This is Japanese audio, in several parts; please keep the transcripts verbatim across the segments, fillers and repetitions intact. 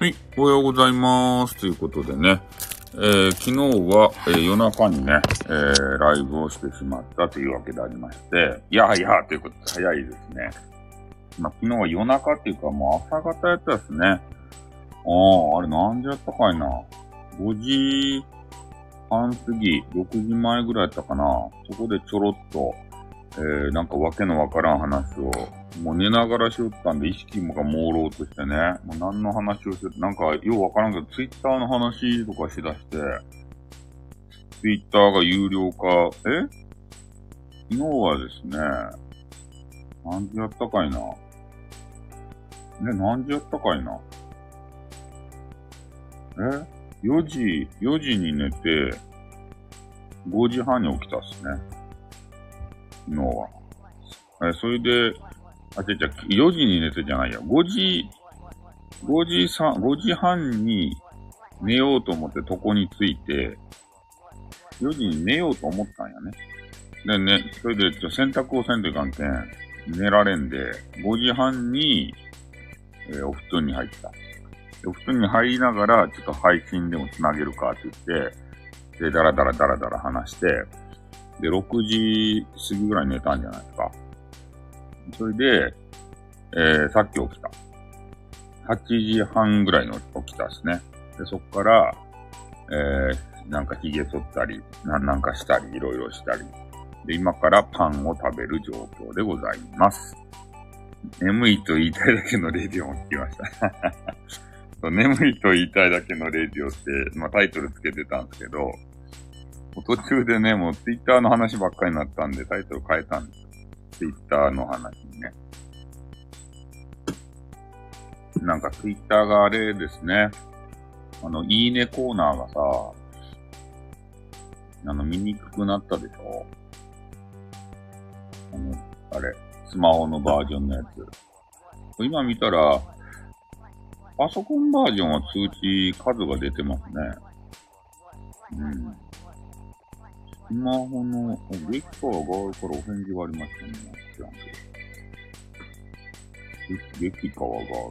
はい、おはようございます。ということでね、えー、昨日は、えー、夜中にね、えー、ライブをしてしまったというわけでありまして、いやいや、ということで早いですね。まあ、昨日は夜中っていうかもう朝方やったですね。ああ、あれ何時やったかいな。ごじはん過ぎ、ろくじまえぐらいやったかな。そこでちょろっと、えー、なんかわけのわからん話を、もう寝ながらしよったんで意識もが朦朧としてね、もう何の話をしてて、なんかようわからんけど、ツイッターの話とかしだして、ツイッターが有料化、え昨日はですね、何時やったかいな。ね、何時やったかいな。え ?よ 時、よじに寝て、ごじはんに起きたっすね。昨日は。え、それで、あ、違う違う、よじに寝てじゃないや。ごじ、ごじさん、ごじはんに寝ようと思って床について、よじに寝ようと思ったんやね。でね、それでちょ洗濯をせんといかんけん、寝られんで、ごじはんに、えー、お布団に入った。お布団に入りながら、ちょっと配信でもつなげるかって言って、で、だらだらだらだら話して、で、ろくじ過ぎぐらいに寝たんじゃないですか。それで、えー、さっき起きた。はちじはんぐらいに起きたですね。で、そっから、えー、なんか髭剃ったり、な、なんかしたり、いろいろしたり。で、今からパンを食べる状況でございます。眠いと言いたいだけのレディオも聞きました。眠いと言いたいだけのレディオって、まあタイトルつけてたんですけど、途中でね、もうツイッターの話ばっかりになったんでタイトル変えたんですよ。ツイッターの話にね。なんかツイッターがあれですね。あの、いいねコーナーがさ、あの、見にくくなったでしょ？あの、あれ、スマホのバージョンのやつ。今見たら、パソコンバージョンは通知数が出てますね。うん。スマホの、激化が上がるからお返事がありましたね。知らんけど。激化が上がるから。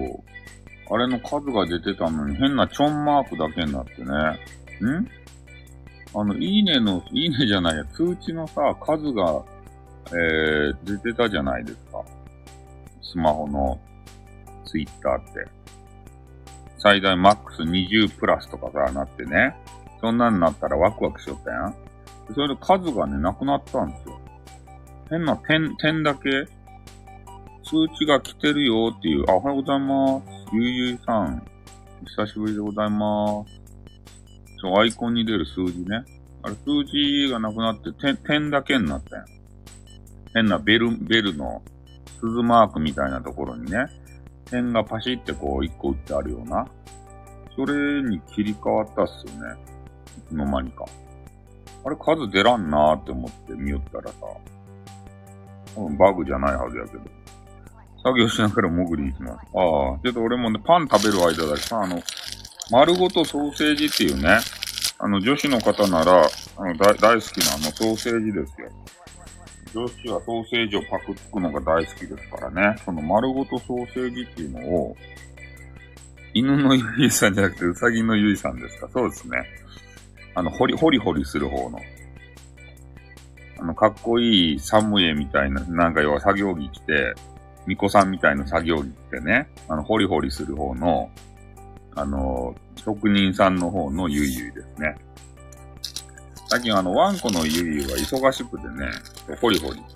そう。あれの数が出てたのに変なチョンマークだけになってね。んあの、いいねの、いいねじゃないや、通知のさ、数が、えー、出てたじゃないですか。スマホのツイッターって。最大マックスにじゅうプラスとかさ、なってね。そんなになったらワクワクしよったやん。それで数がね、なくなったんですよ。変な点、点だけ、通知が来てるよっていう、あ、おはようございます。ゆいゆいさん。久しぶりでございます。そう、アイコンに出る数字ね。あれ、数字がなくなって、点、点だけになったやん。変なベル、ベルの鈴マークみたいなところにね、点がパシってこう一個打ってあるような。それに切り替わったっすよね。いつの間にか。あれ、数出らんなーって思って見よったらさ、多分バグじゃないはずやけど。作業しながら潜りに行きます。ああ、けど俺もね、パン食べる間だしさ、あの、丸ごとソーセージっていうね、あの、女子の方なら、あの、大、大好きなあの、ソーセージですよ。女子はソーセージをパクつくのが大好きですからね。その丸ごとソーセージっていうのを、犬のゆいさんじゃなくて、うさぎのゆいさんですか？そうですね。あの、ほり、ほりほりする方の。あの、かっこいいサムエみたいな、なんか要は作業着着て、ミコさんみたいな作業着着てね、あの、ホリホリする方の、あの、職人さんの方のゆいゆいですね。最近あの、ワンコのゆいゆいは忙しくてね、ホリホリ。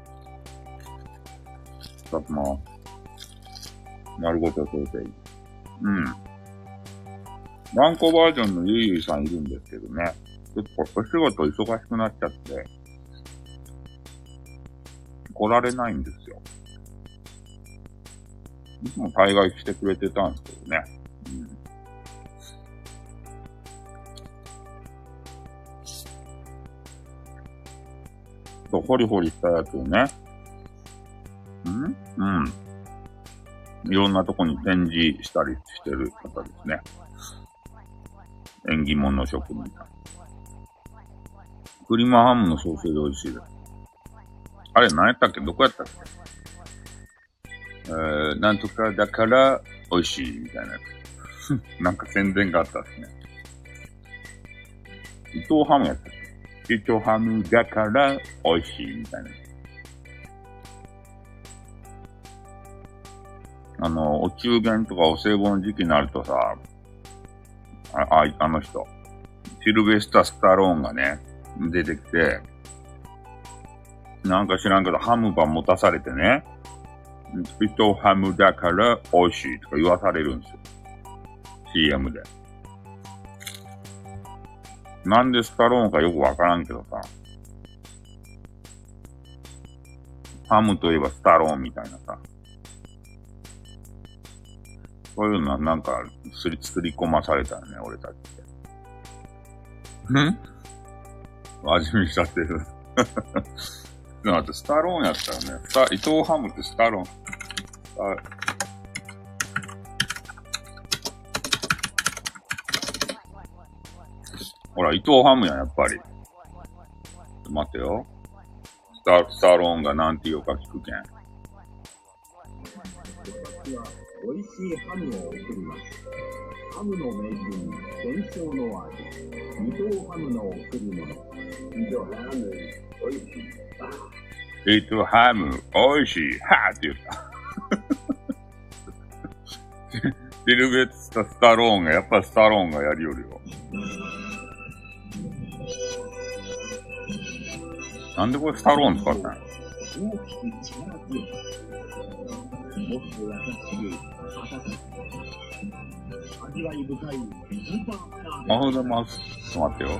使ってます。丸ごとソーセージ。うん。ワンコバージョンのゆいゆいさんいるんですけどね、ちょっとお仕事忙しくなっちゃって、来られないんですよ。いつも大概してくれてたんですけどね。うん。そう、ホリホリしたやつをね。んうん。いろんなとこに展示したりしてる方ですね。縁起物職人さん。プリマハムのソーセージ美味しいです。あれ、何やったっけ？どこやったっけ？えー、なんとかだから美味しいみたいなやつ。なんか宣伝があったですね。伊藤ハムやったっけ？伊藤ハムだから美味しいみたいな。あの、お中元とかお歳暮の時期になるとさ、あ、あ、あの人、シルベスタ・スタローンがね、出てきて、なんか知らんけど、ハムば持たされてね、伊藤ハムだから美味しいとか言わされるんですよ。シーエム で。なんでスタローンかよくわからんけどさ、ハムといえばスタローンみたいなさ、そういうのはなんか、すり、すり込まされたよね、俺たちって。ん？味見しちゃってる。だってスタローンやったよね。スタ、伊藤ハムってスタローン。スタほら、伊藤ハムやん、やっぱり。待ってよ。スタ、スタローンがなんて言うか聞くけん。 美味しいハムを送ります。ハムの名品、伝承の味。伊藤ハムの贈り物。伊藤ハム、美味しい。 伊藤ハム、美味しい。はーって言った。シルベスタ・スタローンが、やっぱスタローンがやりよるよ。なんでこれスタローン使ったんや？ 大きく力強い。もっと優しい。味わい深いスーパースター。 ありがとうございます。ちょっと待ってよ。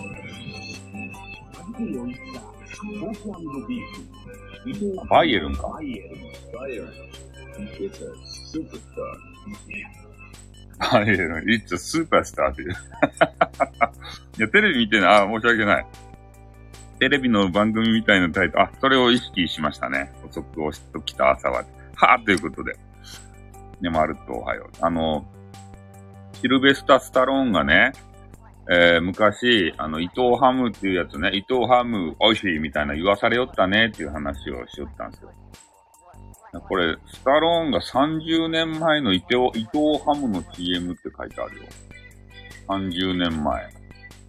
味気美味しさ。ポーク&ビーフ。 バイエルンか。 バイエルン。バイエルン。It's a superstar. バイエルン。It's a superstar っていう。いや、テレビ見てない。あ、申し訳ない。テレビの番組みたいなタイトル。あ、それを意識しましたね。補足をしときた朝は。はぁということで。でもあるとおはよう。あの、シルベスタ・スタローンがね、えー、昔、あの、伊藤ハムっていうやつね、伊藤ハム美味しいみたいな言わされよったねっていう話をしよったんですよ。これ、スタローンがさんじゅうねんまえの伊藤、伊藤ハムの シーエム って書いてあるよ。さんじゅうねんまえ。ね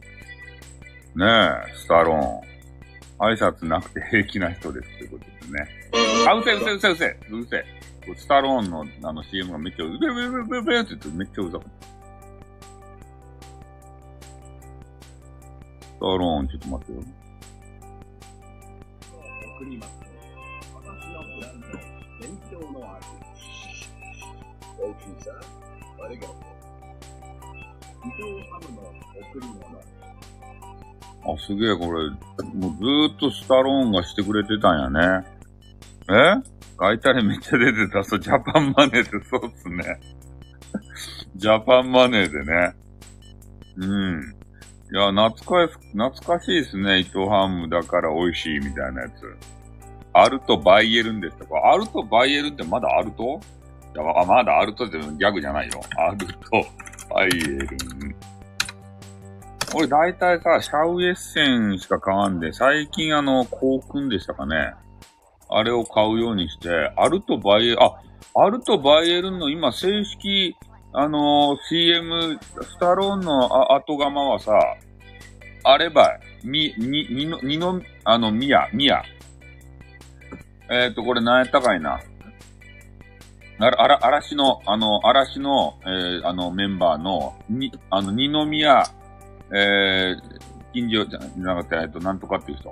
え、スタローン。挨拶なくて平気な人ですってことですね。あ、うせうせうせうせうせ。スタローンのあの シーエム がめっちゃうべべべべべって言ってめっちゃうざかった。スタローン、ちょっと待ってよ。 送ります。私のブランド、伝承の味。大きさ、ありがとう。伊藤ハムの贈り物。 あ、すげえ、これ、もうずーっとスタローンがしてくれてたんやね。え書いたりめっちゃ出てた。そう、ジャパンマネーで、そうっすね。ジャパンマネーでね。うん。いや、懐かし、懐かしいですね。伊藤ハムだから美味しいみたいなやつ。アルト・バイエルンですとか。アルト・バイエルンってまだアルト？いや、あ、まだアルトってギャグじゃないよ。アルト・バイエルン。俺大体さ、シャウエッセンしか買わんで、最近あの、コークンでしたかね。あれを買うようにして、アルトバイエル、あ、アルトバイエルンの今正式、あのー、シーエム、スタローンの後釜はさ、あればい、み、に、にの、にの、あの、ミヤ、ミヤ。えっと、これ何やったかいな。あら、あら、嵐の、あの、嵐の、えー、あの、メンバーの、に、あの、二宮、えー、近所じゃなかった、えっと、なんとかっていう人。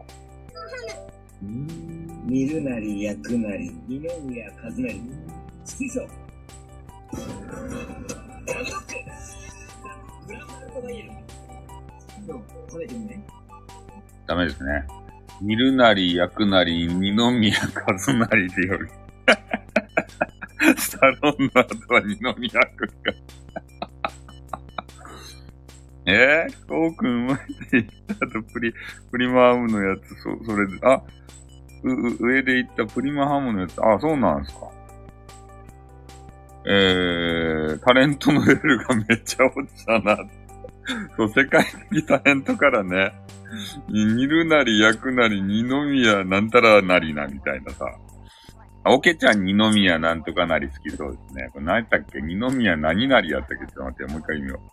煮るなり焼くなり、二宮和也。好きそう。 ダメですね。煮るなり焼くなり、二宮和也ってより。スタローンの後は二宮君が。えー、コウ君うまいって言ったとプリ、プリマハムのやつ、そ、それで、あ、う、う、上で言ったプリマハムのやつ、あ、そうなんですか。えー、タレントの L がめっちゃ落ちたな。そう、世界的タレントからね、煮るなり焼くなり二宮なんたらなりなみたいなさ、 おけちゃん二宮なんとかなり好きそうですね。これ何やったっけ？二宮何なりやったっけ？ちょっと待って、もう一回見よう。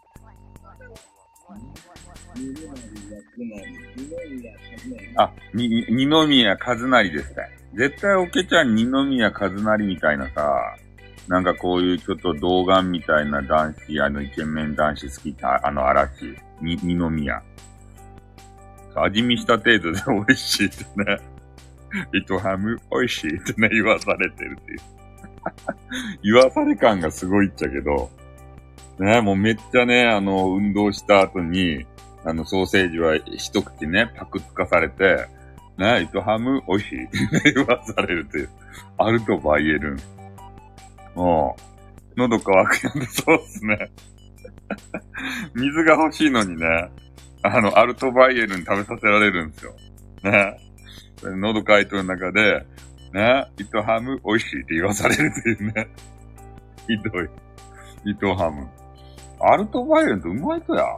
あ、に、二宮和也ですね。絶対おけちゃん二宮和也みたいなさ、なんかこういうちょっと童顔みたいな男子、あのイケメン男子好きた、あの嵐、に、二宮。味見した程度で美味しいってね。糸ハム美味しいってね、言わされてるっていう。言わされ感がすごいっちゃけど、ね、もうめっちゃね、あの、運動した後に、あの、ソーセージは一口ね、パクつかされて、ね、糸ハム美味しいって言わされるっていう。あるとバイエルン。もう、喉乾くやんでそうっすね。水が欲しいのにね、あの、アルトバイエルン食べさせられるんですよ。ね。喉乾いてる中で、ね、糸ハム美味しいって言わされるっていうね。ひどい。糸ハム。アルトバイエルンってうまいとや。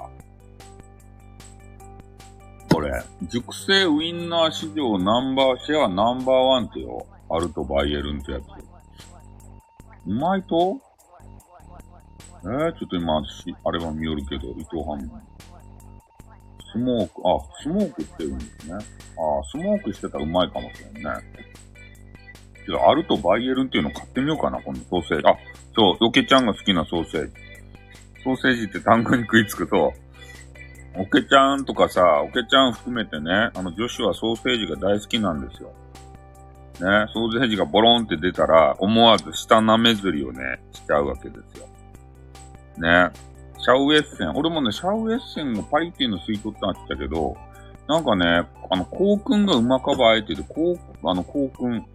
これ、熟成ウインナー市場ナンバー、シェアナンバーワンってよ。アルトバイエルンってやつ。うまいとえー、ちょっと今、あれは見よるけど、伊藤ハム。スモーク、あ、スモークって言うんですね。あ、スモークしてたらうまいかもしれんね。ちょっとアルトバイエルンっていうの買ってみようかな、今度ソーセージ。あ、そう、オケちゃんが好きなソーセージ。ソーセージって単語に食いつくと、オケちゃんとかさ、オケちゃん含めてね、あの女子はソーセージが大好きなんですよ。ね、ソーセージがボロンって出たら、思わず舌舐めずりをね、しちゃうわけですよ。ね。シャウエッセン。俺もね、シャウエッセンをパリっていうの吸い取ったって言ったけど、なんかね、あの、コウくんがうまかばえてて、コウ、あの、コウくん。コ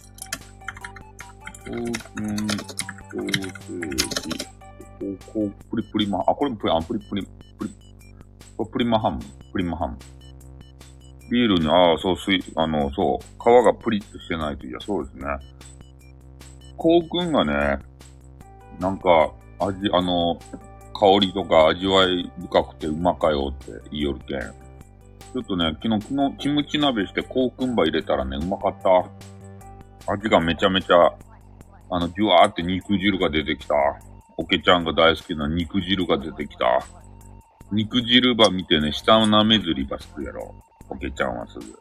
ウくん、ソーセージ。コウ、コウ、プリプリマ、あ、これもプリ、あ、プリプリ、プリ、これプリマハム。プリマハム。ビールに、ああ、そう、すい、あの、そう、皮がプリッとしてないと、いや、そうですね。コウくんがね、なんか、味、あの、香りとか味わい深くてうまかよって言いよるけん。ちょっとね、昨日、昨日、キムチ鍋してコウクンバ入れたらね、うまかった。味がめちゃめちゃ、あの、じゅわーって肉汁が出てきた。おけちゃんが大好きな肉汁が出てきた。肉汁ば見てね、下の舐めずりばするやろ。おけちゃんはすぐ。ね。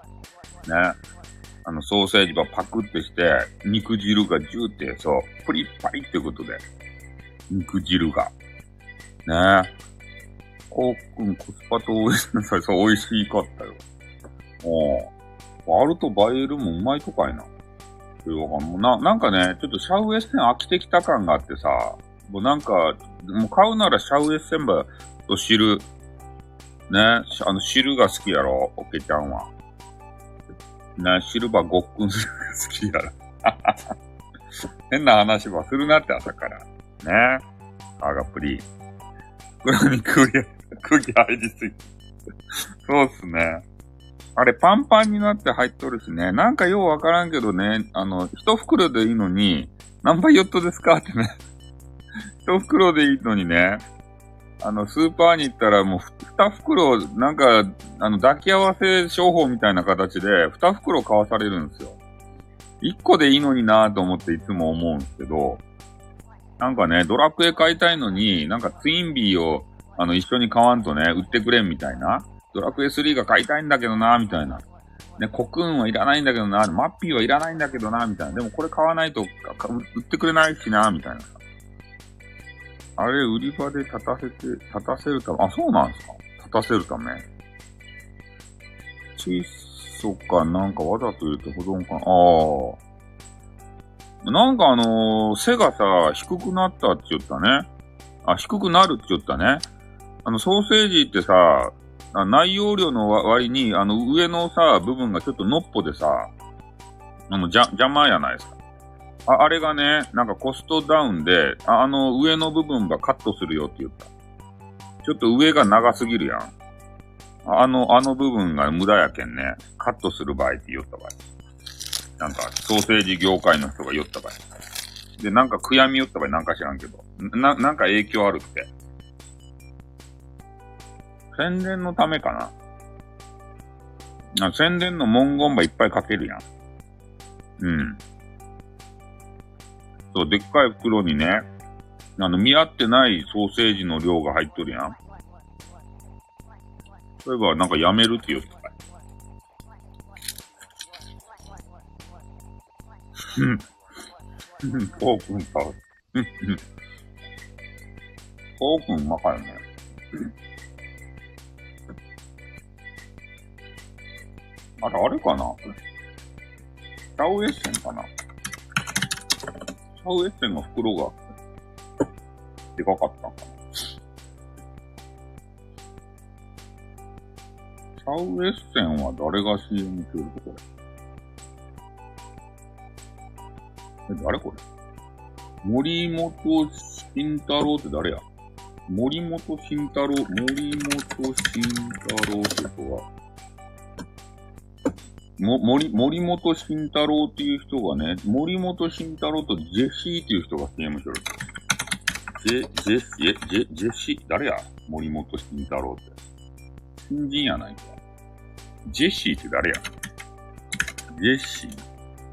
あの、ソーセージばパクってして、肉汁がジューって、そう、プリッパリってことで。肉汁が。ねえ。コウ君コスパと美味しさ、そう、美味しかったよ。おー。アルトバイエルもうまいとかいな。もうな、なんかね、ちょっとシャウエッセン飽きてきた感があってさ、もうなんか、もう買うならシャウエッセンばと汁、ね、あの汁が好きやろ、オケちゃんは。ね、汁ばごっくんするが好きやろ。変な話ばするなって朝から。ね。あがプリ。袋に空気、空気入りすぎ。そうっすね。あれパンパンになって入っとるしね。なんかようわからんけどね、あの、一袋でいいのに、何杯ヨットですかってね。一袋でいいのにね、あの、スーパーに行ったらもう二袋、なんか、あの、抱き合わせ商法みたいな形で、二袋買わされるんですよ。一個でいいのになぁと思っていつも思うんですけど、なんかね、ドラクエ買いたいのに、なんかツインビーを、あの、一緒に買わんとね、売ってくれんみたいな。ドラクエスリーが買いたいんだけどな、みたいな。ね、コクーンはいらないんだけどな、マッピーはいらないんだけどな、みたいな。でもこれ買わないと、売ってくれないしな、みたいな。あれ、売り場で立たせて、立たせるため、あ、そうなんですか？立たせるため。窒素かなんかわざと入れて保存かな。ああ。なんかあのー、背がさ、低くなったって言ったね。あ、低くなるって言ったね。あの、ソーセージってさ、内容量の割に、あの、上のさ、部分がちょっとのっぽでさ、あの、じゃ、邪魔やないですか。あ、あれがね、なんかコストダウンで、あ、あの、上の部分がカットするよって言った。ちょっと上が長すぎるやん。あの、あの部分が無駄やけんね、カットする場合って言った場合。なんか、ソーセージ業界の人が言った場合。で、なんか悔やみ言った場合なんか知らんけど。な、なんか影響あるって。宣伝のためかな。あ、宣伝の文言ばいっぱい書けるやん。うん。 そう、でっかい袋にね、あの、見合ってないソーセージの量が入っとるやん。そういえば、なんかやめるって言ってた。うん。ポークンか。うん。ポークンうまかよね。あれ、あれかなシャウエッセンかなシャウエッセンの袋がでかかったんかな。シャウエッセンは誰が シーエム してるとこれ。え、誰これ森本慎太郎って誰や森本慎太郎、森本慎太郎って人は、も、森、森本慎太郎っていう人がね、森本慎太郎とジェシーっていう人が シーエム してる。ジェ、ジェ、ジェ、ジェ、ジェシー、誰や森本慎太郎って。新人やないか。ジェシーって誰やジェシー。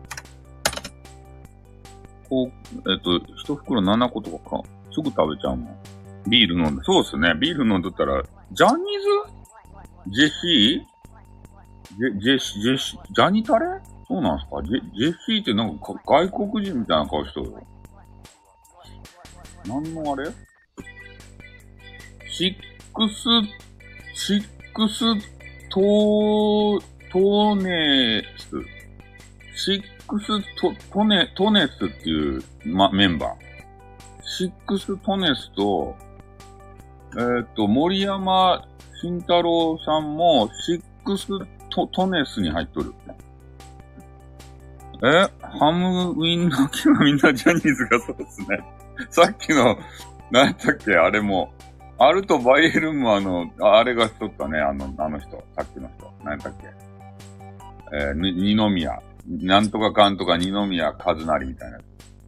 こう、えっと、一袋ななことかか、すぐ食べちゃうもん。ビール飲んで、そうっすね。ビール飲んでたら、ジャニーズジェシージェ、ジェシ、ジェシ、ジャニタレそうなんすかジェ、ジェシーってなんか外国人みたいな顔しとるよ。なんのあれシックス、シックストー、トーネス。シックスト、トネ、トネスっていう、ま、メンバー。シックストネスと、えー、っと、森山慎太郎さんも、シックスト、トネスに入っとる。えハムウィンの木はみんなジャニーズがそうですね。さっきの、何やったっけあれも、アルト・バイエルンもあの、あれがしとったね、あの、あの人、さっきの人。何やったっけえー、に、二宮。なんとかかんとか二宮和也みたいな。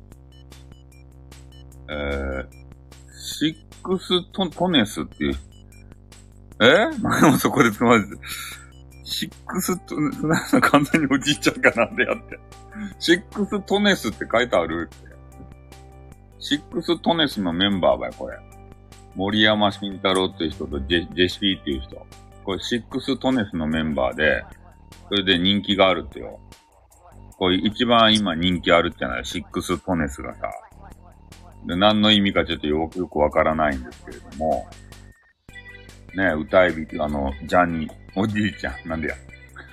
えー、シックスト、トネスっていう。えもうそこでつまず。シックスト、完全におじいちゃんかなんでやって。シックストネスって書いてあるって。シックストネスのメンバーばよ、これ。森山慎太郎っていう人とジェ、ジェシーっていう人。これシックストネスのメンバーで、それで人気があるってよ。これ一番今人気あるってのはシックストネスがさ。で、何の意味かちょっとよくよくわからないんですけれども。ねえ、歌いび、あの、ジャニー、おじいちゃん、なんでや。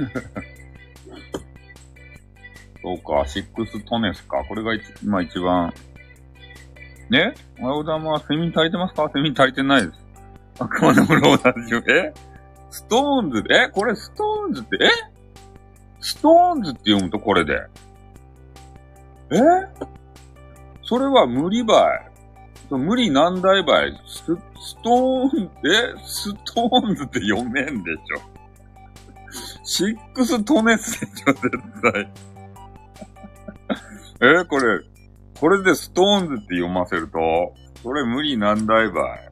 そうか、シックストネスか。これが一今一番。ねおはようございます。睡眠足りてますか睡眠足りてないです。あくまでもローダージュ。えストーンズえこれストーンズって、えストーンズって読むとこれで。えそれは無理ばい。無理難題ばい。ス、ストーン、えストーンズって読めんでしょ。シックストネスでしょ、絶対。えこれ、これでストーンズって読ませると、それ無理難題ばい。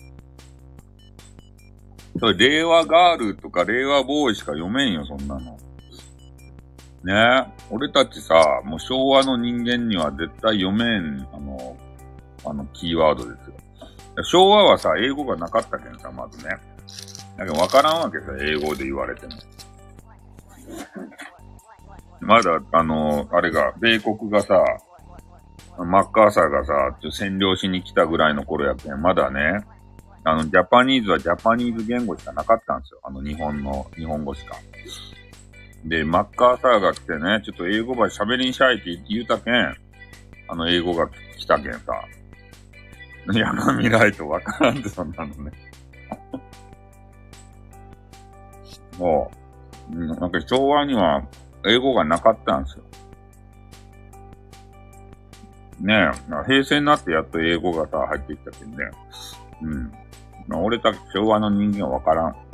それ、令和ガールとか令和ボーイしか読めんよ、そんなの。ねえ。俺たちさ、もう昭和の人間には絶対読めん、あの、あの、キーワードですよ。昭和はさ、英語がなかったけんさ、まずね。だけど分からんわけさ、英語で言われても。まだ、あの、あれが、米国がさ、マッカーサーがさ、占領しに来たぐらいの頃やけん、まだね、あの、ジャパニーズはジャパニーズ言語しかなかったんですよ。あの、日本の、日本語しか。で、マッカーサーが来てね、ちょっと英語ば喋りんしゃいって言うたけん、あの、英語が来たけんさ、いや、未来とわからんってそんなのね。もう、なんか昭和には英語がなかったんですよ。ねえ、平成になってやっと英語がさ、入ってきたけんね。うん。俺たち昭和の人間はわからん。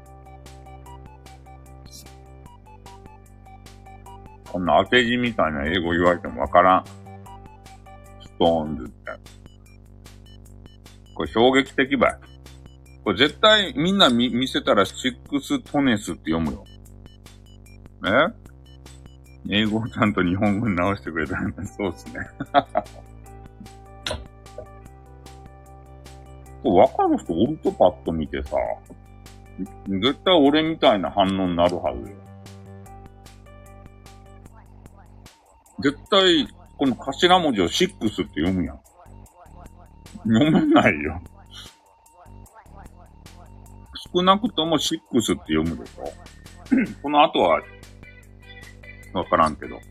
こんな当て字みたいな英語言われてもわからん。ストーンズって。これ衝撃的ばい。これ絶対みんな見、見せたらシックストネスって読むよ。え英語をちゃんと日本語に直してくれたらそうですね。 とわかる人おるとパッと見てさ、絶対俺みたいな反応になるはずよ。絶対、この頭文字をシックスって読むやん。読めないよ。少なくともシックスって読むでしょ。この後は、わからんけど。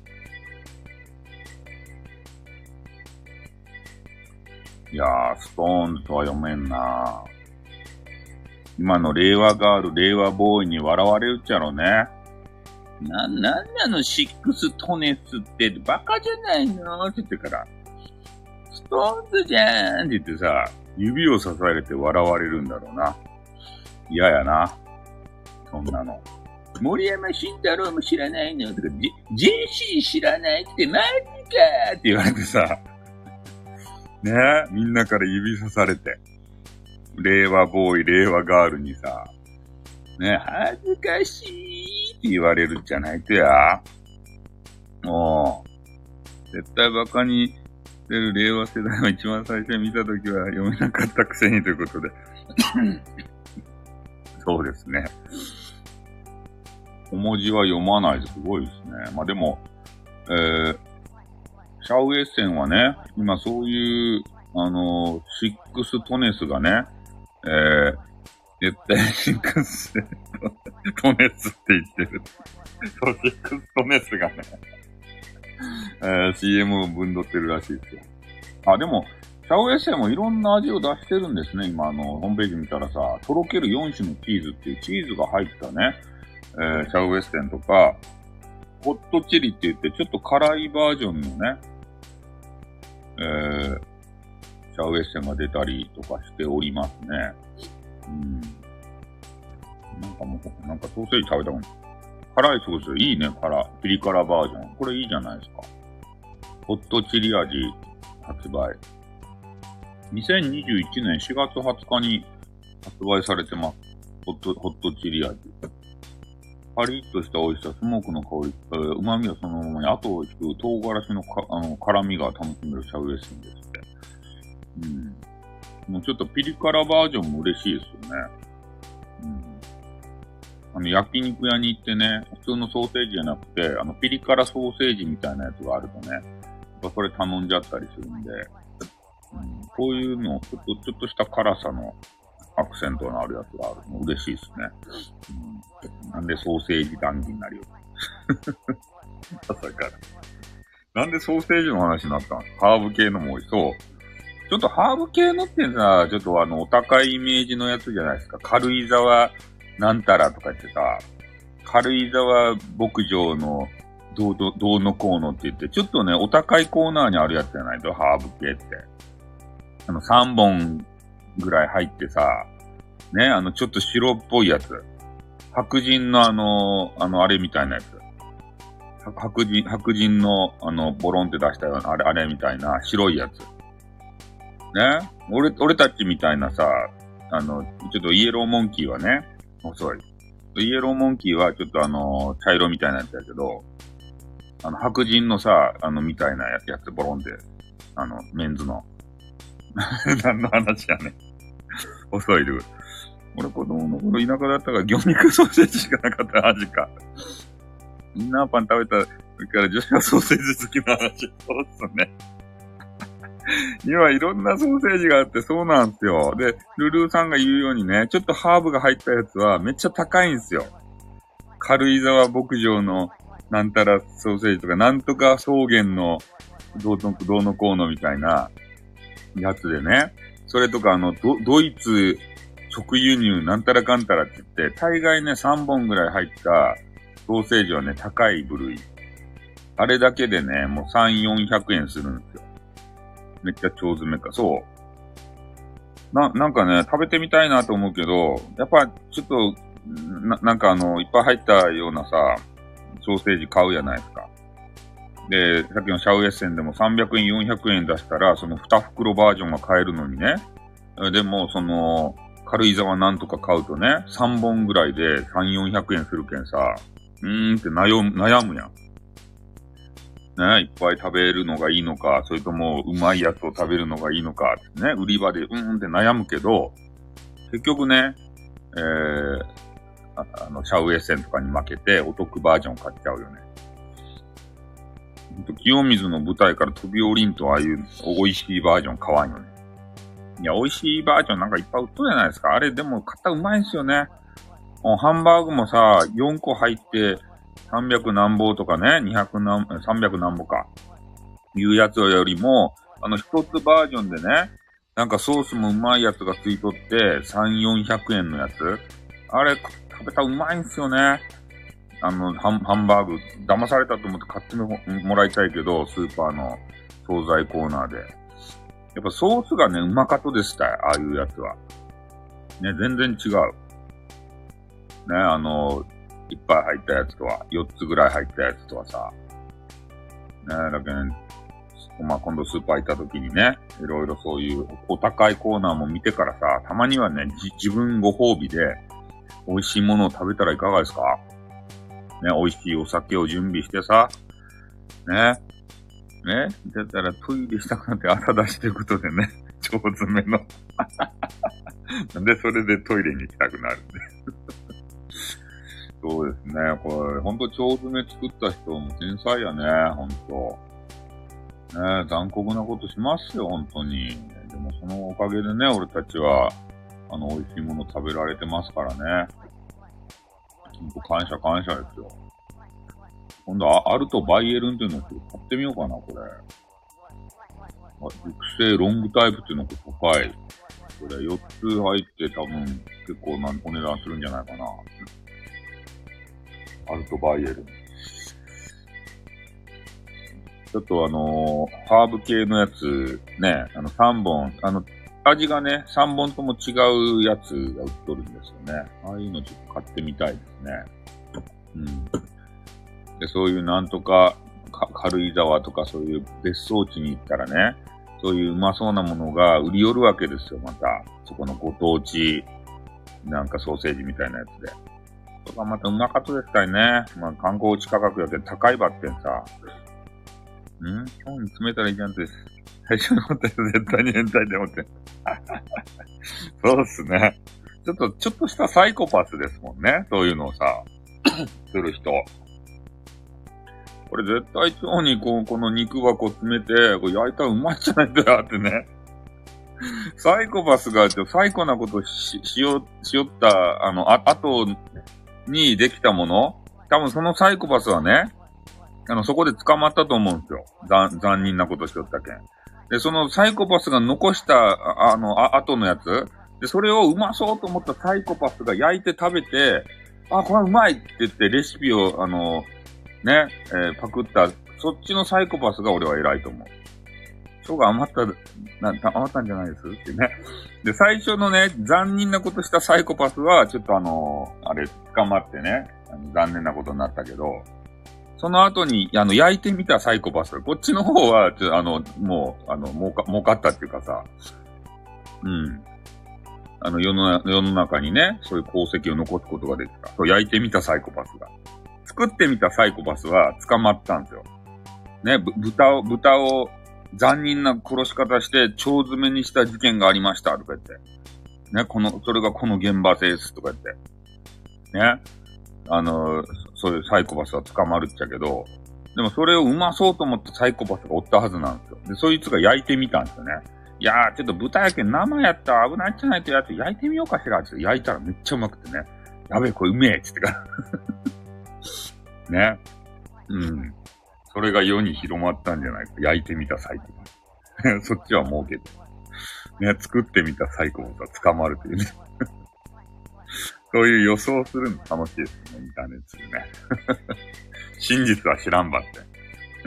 いやー、ストーンズとは読めんな。今の令和ガール、令和ボーイに笑われるっちゃろね。な、なんなのシックストネスってバカじゃないのって言ってから、ストーンズじゃーんって言ってさ、指を支えれて笑われるんだろうな。嫌やな。そんなの。森山慎太郎も知らないのとか、ジェーシー 知らないってマジかーって言われてさ、ねえ、みんなから指さされて。令和ボーイ、令和ガールにさ、ねえ、恥ずかしいって言われるんじゃないとや。もう、絶対バカに出る令和世代は一番最初に見たときは読めなかったくせにということで。そうですね。小文字は読まないですごいですね。まあでも、えー、シャウエッセンはね、今そういう、あのー、シックストネスがね、えー、絶対シックストネスって言ってる。そう、シックストネスがね、えー、シーエム をぶんどってるらしいですよ。あ、でも、シャウエッセンもいろんな味を出してるんですね。今、あの、ホームページ見たらさ、とろけるよん種のチーズっていうチーズが入ったね、えー、シャウエッセンとか、ホットチリって言ってちょっと辛いバージョンのね、えー、シャウエッセンが出たりとかしておりますね。うん。なんかもう、なんかソーセージ食べたもん。辛いソースいいね、辛。ピリ辛バージョン。これいいじゃないですか。ホットチリ味発売。にせんにじゅういちねんしがつはつかに発売されてます。ホット、ホットチリ味。パリッとした美味しさ、スモークの香り、えー、旨味はそのままに後を引く唐辛子のかあの辛味が楽しめるシャウエッセンですって。うん。もうちょっとピリ辛バージョンも嬉しいですよね。うん。あの、焼肉屋に行ってね、普通のソーセージじゃなくて、あの、ピリ辛ソーセージみたいなやつがあるとね、やっぱそれ頼んじゃったりするんで、うん、こういうの、ちょっと、ちょっとした辛さのアクセントのあるやつがあるの嬉しいですね。うん、なんでソーセージ談義になるよ。朝から。なんでソーセージの話になったんですか？ハーブ系のも多い。そう。ちょっとハーブ系のってさ、ちょっとあの、お高いイメージのやつじゃないですか。軽井沢なんたらとか言ってさ、軽井沢牧場のどうど、どうのこうのって言って、ちょっとね、お高いコーナーにあるやつじゃないと、ハーブ系って。あの、さんぼんぐらい入ってさ、ね、あの、ちょっと白っぽいやつ。白人のあの、あの、あれみたいなやつ。白人、白人の、あの、ボロンって出したような、あれ、あれみたいな白いやつ。ね、俺、俺たちみたいなさ、あの、ちょっとイエローモンキーはね、遅い。イエローモンキーはちょっとあの、茶色みたいなやつだけど、あの、白人のさ、あの、みたいなやつ、ボロンって、あの、メンズの。何の話やねん。遅いる。俺子供の頃田舎だったから魚肉ソーセージしかなかった味か。インナーパン食べた時から女子はソーセージ好きな話。そうっすね。今いろんなソーセージがあってそうなんですよ。で、ルルーさんが言うようにね、ちょっとハーブが入ったやつはめっちゃ高いんですよ。軽井沢牧場のなんたらソーセージとか、なんとか草原のどうのどうのこうのみたいなやつでね。それとかあの、ド、ドイツ直輸入なんたらかんたらって言って、大概ねさんぼんぐらい入ったソーセージはね、高い部類。あれだけでね、もうさん、よんひゃくえんするんですよ。めっちゃ腸詰めか。そう。な、なんかね、食べてみたいなと思うけど、やっぱちょっと、な、なんかあの、いっぱい入ったようなさ、ソーセージ買うじゃないですか。で、さっきのシャウエッセンでもさんびゃくえん、よんひゃくえん出したら、そのに袋バージョンが買えるのにね。でも、その、軽井沢なんとか買うとね、さんぼんぐらいでさん、よんひゃくえんするけんさ、うーんって悩む、悩むやん。 ね、いっぱい食べるのがいいのか、それともうまいやつを食べるのがいいのかってね、売り場でうーんって悩むけど、結局ね、えー、ああの、シャウエッセンとかに負けてお得バージョン買っちゃうよね。ほんと、清水の舞台から飛び降りんとああいう美味しいバージョン買わんよね。いや、美味しいバージョンなんかいっぱい売っとるじゃないですか。あれでも買ったらうまいんすよね。ハンバーグもさ、よんこ入ってさんびゃくなんぼとかね、にひゃくなん、さんびゃくなんぼか。いうやつよりも、あの一つバージョンでね、なんかソースもうまいやつがついとって、さん、よんひゃくえんのやつ。あれ食べたらうまいんすよね。あの、ハン、ハンバーグ、騙されたと思って買ってももらいたいけど、スーパーの惣菜コーナーで。やっぱソースがね、うまかとでしたよ、ああいうやつは。ね、全然違う。ね、あの、いっぱい入ったやつとは、よっつぐらい入ったやつとはさ。ね、だけど、ね、まあ、今度スーパー行った時にね、いろいろそういうお高いコーナーも見てからさ、たまにはね、じ自分ご褒美で美味しいものを食べたらいかがですか？ね、美味しいお酒を準備してさ、ね、ね、だったらトイレしたくなって朝出していくことでね、腸詰めの。なんでそれでトイレに行きたくなるんで。そうですね、これ、ほんと腸詰め作った人も天才やね、ほんと。ね、残酷なことしますよ、ほんとに。でもそのおかげでね、俺たちは、あの、美味しいもの食べられてますからね。ほんと感謝感謝ですよ。今度はアルトバイエルンっていうのを買ってみようかな、これ。熟成ロングタイプっていうのが高い。これよっつ入って多分結構なお値段するんじゃないかな。アルトバイエルン。ちょっとあのー、ハーブ系のやつ、ね、あのさんぼん、あの、味がね、さんぼんとも違うやつが売っとるんですよね。ああいうのちょっと買ってみたいですね。うん。で、そういうなんとか、か軽井沢とかそういう別荘地に行ったらね、そういううまそうなものが売り寄るわけですよ、また。そこのご当地、なんかソーセージみたいなやつで。とかまたうまかったですからね。まあ観光地価格やって高いばってんさ。ん今日に詰めたらいいじゃんって、最初に思ったよ、絶対に変態で思って。そうっすね。ちょっと、ちょっとしたサイコパスですもんね。そういうのをさ、する人。これ絶対腸にこう、この肉箱詰めて、これ焼いたらうまいんじゃないんだよってね。サイコパスが、サイコなことし、しよ、しよった、あの、あ、後にできたもの、多分そのサイコパスはね、あの、そこで捕まったと思うんですよ。残、残忍なことしよったけん。で、そのサイコパスが残した、あ, あの、あ、後のやつ、で、それをうまそうと思ったサイコパスが焼いて食べて、あ、これうまいって言ってレシピを、あの、ね、えー、パクった、そっちのサイコパスが俺は偉いと思う。腸が余った、な、余ったんじゃないですってね。で、最初のね、残忍なことしたサイコパスは、ちょっとあの、あれ、捕まってね、あの残念なことになったけど、その後に、あの、焼いてみたサイコパス、こっちの方は、ちょあの、もう、あの、儲か、儲かったっていうかさ、うん。あの、世の、世の中にね、そういう功績を残すことができた。そう、焼いてみたサイコパスが。作ってみたサイコパスは捕まったんですよ。ね、ぶ、豚を、豚を残忍な殺し方して腸詰めにした事件がありましたとか言って。ね、この、それがこの現場ですとか言って。ね。あの、そういうサイコパスは捕まるっちゃけど、でもそれをうまそうと思ったサイコパスがおったはずなんですよ。で、そいつが焼いてみたんですよね。いやー、ちょっと豚焼け生やったら危ないんじゃないとやって焼いてみようかしらって焼いたらめっちゃうまくてね。やべえ、これうめえっつってから。ね。うん。それが世に広まったんじゃないか。焼いてみたサイコパス。そっちは儲けて。ね、作ってみたサイコパスは捕まるというね。そういう予想するの楽しいですね、インターネットでね。真実は知らんばって。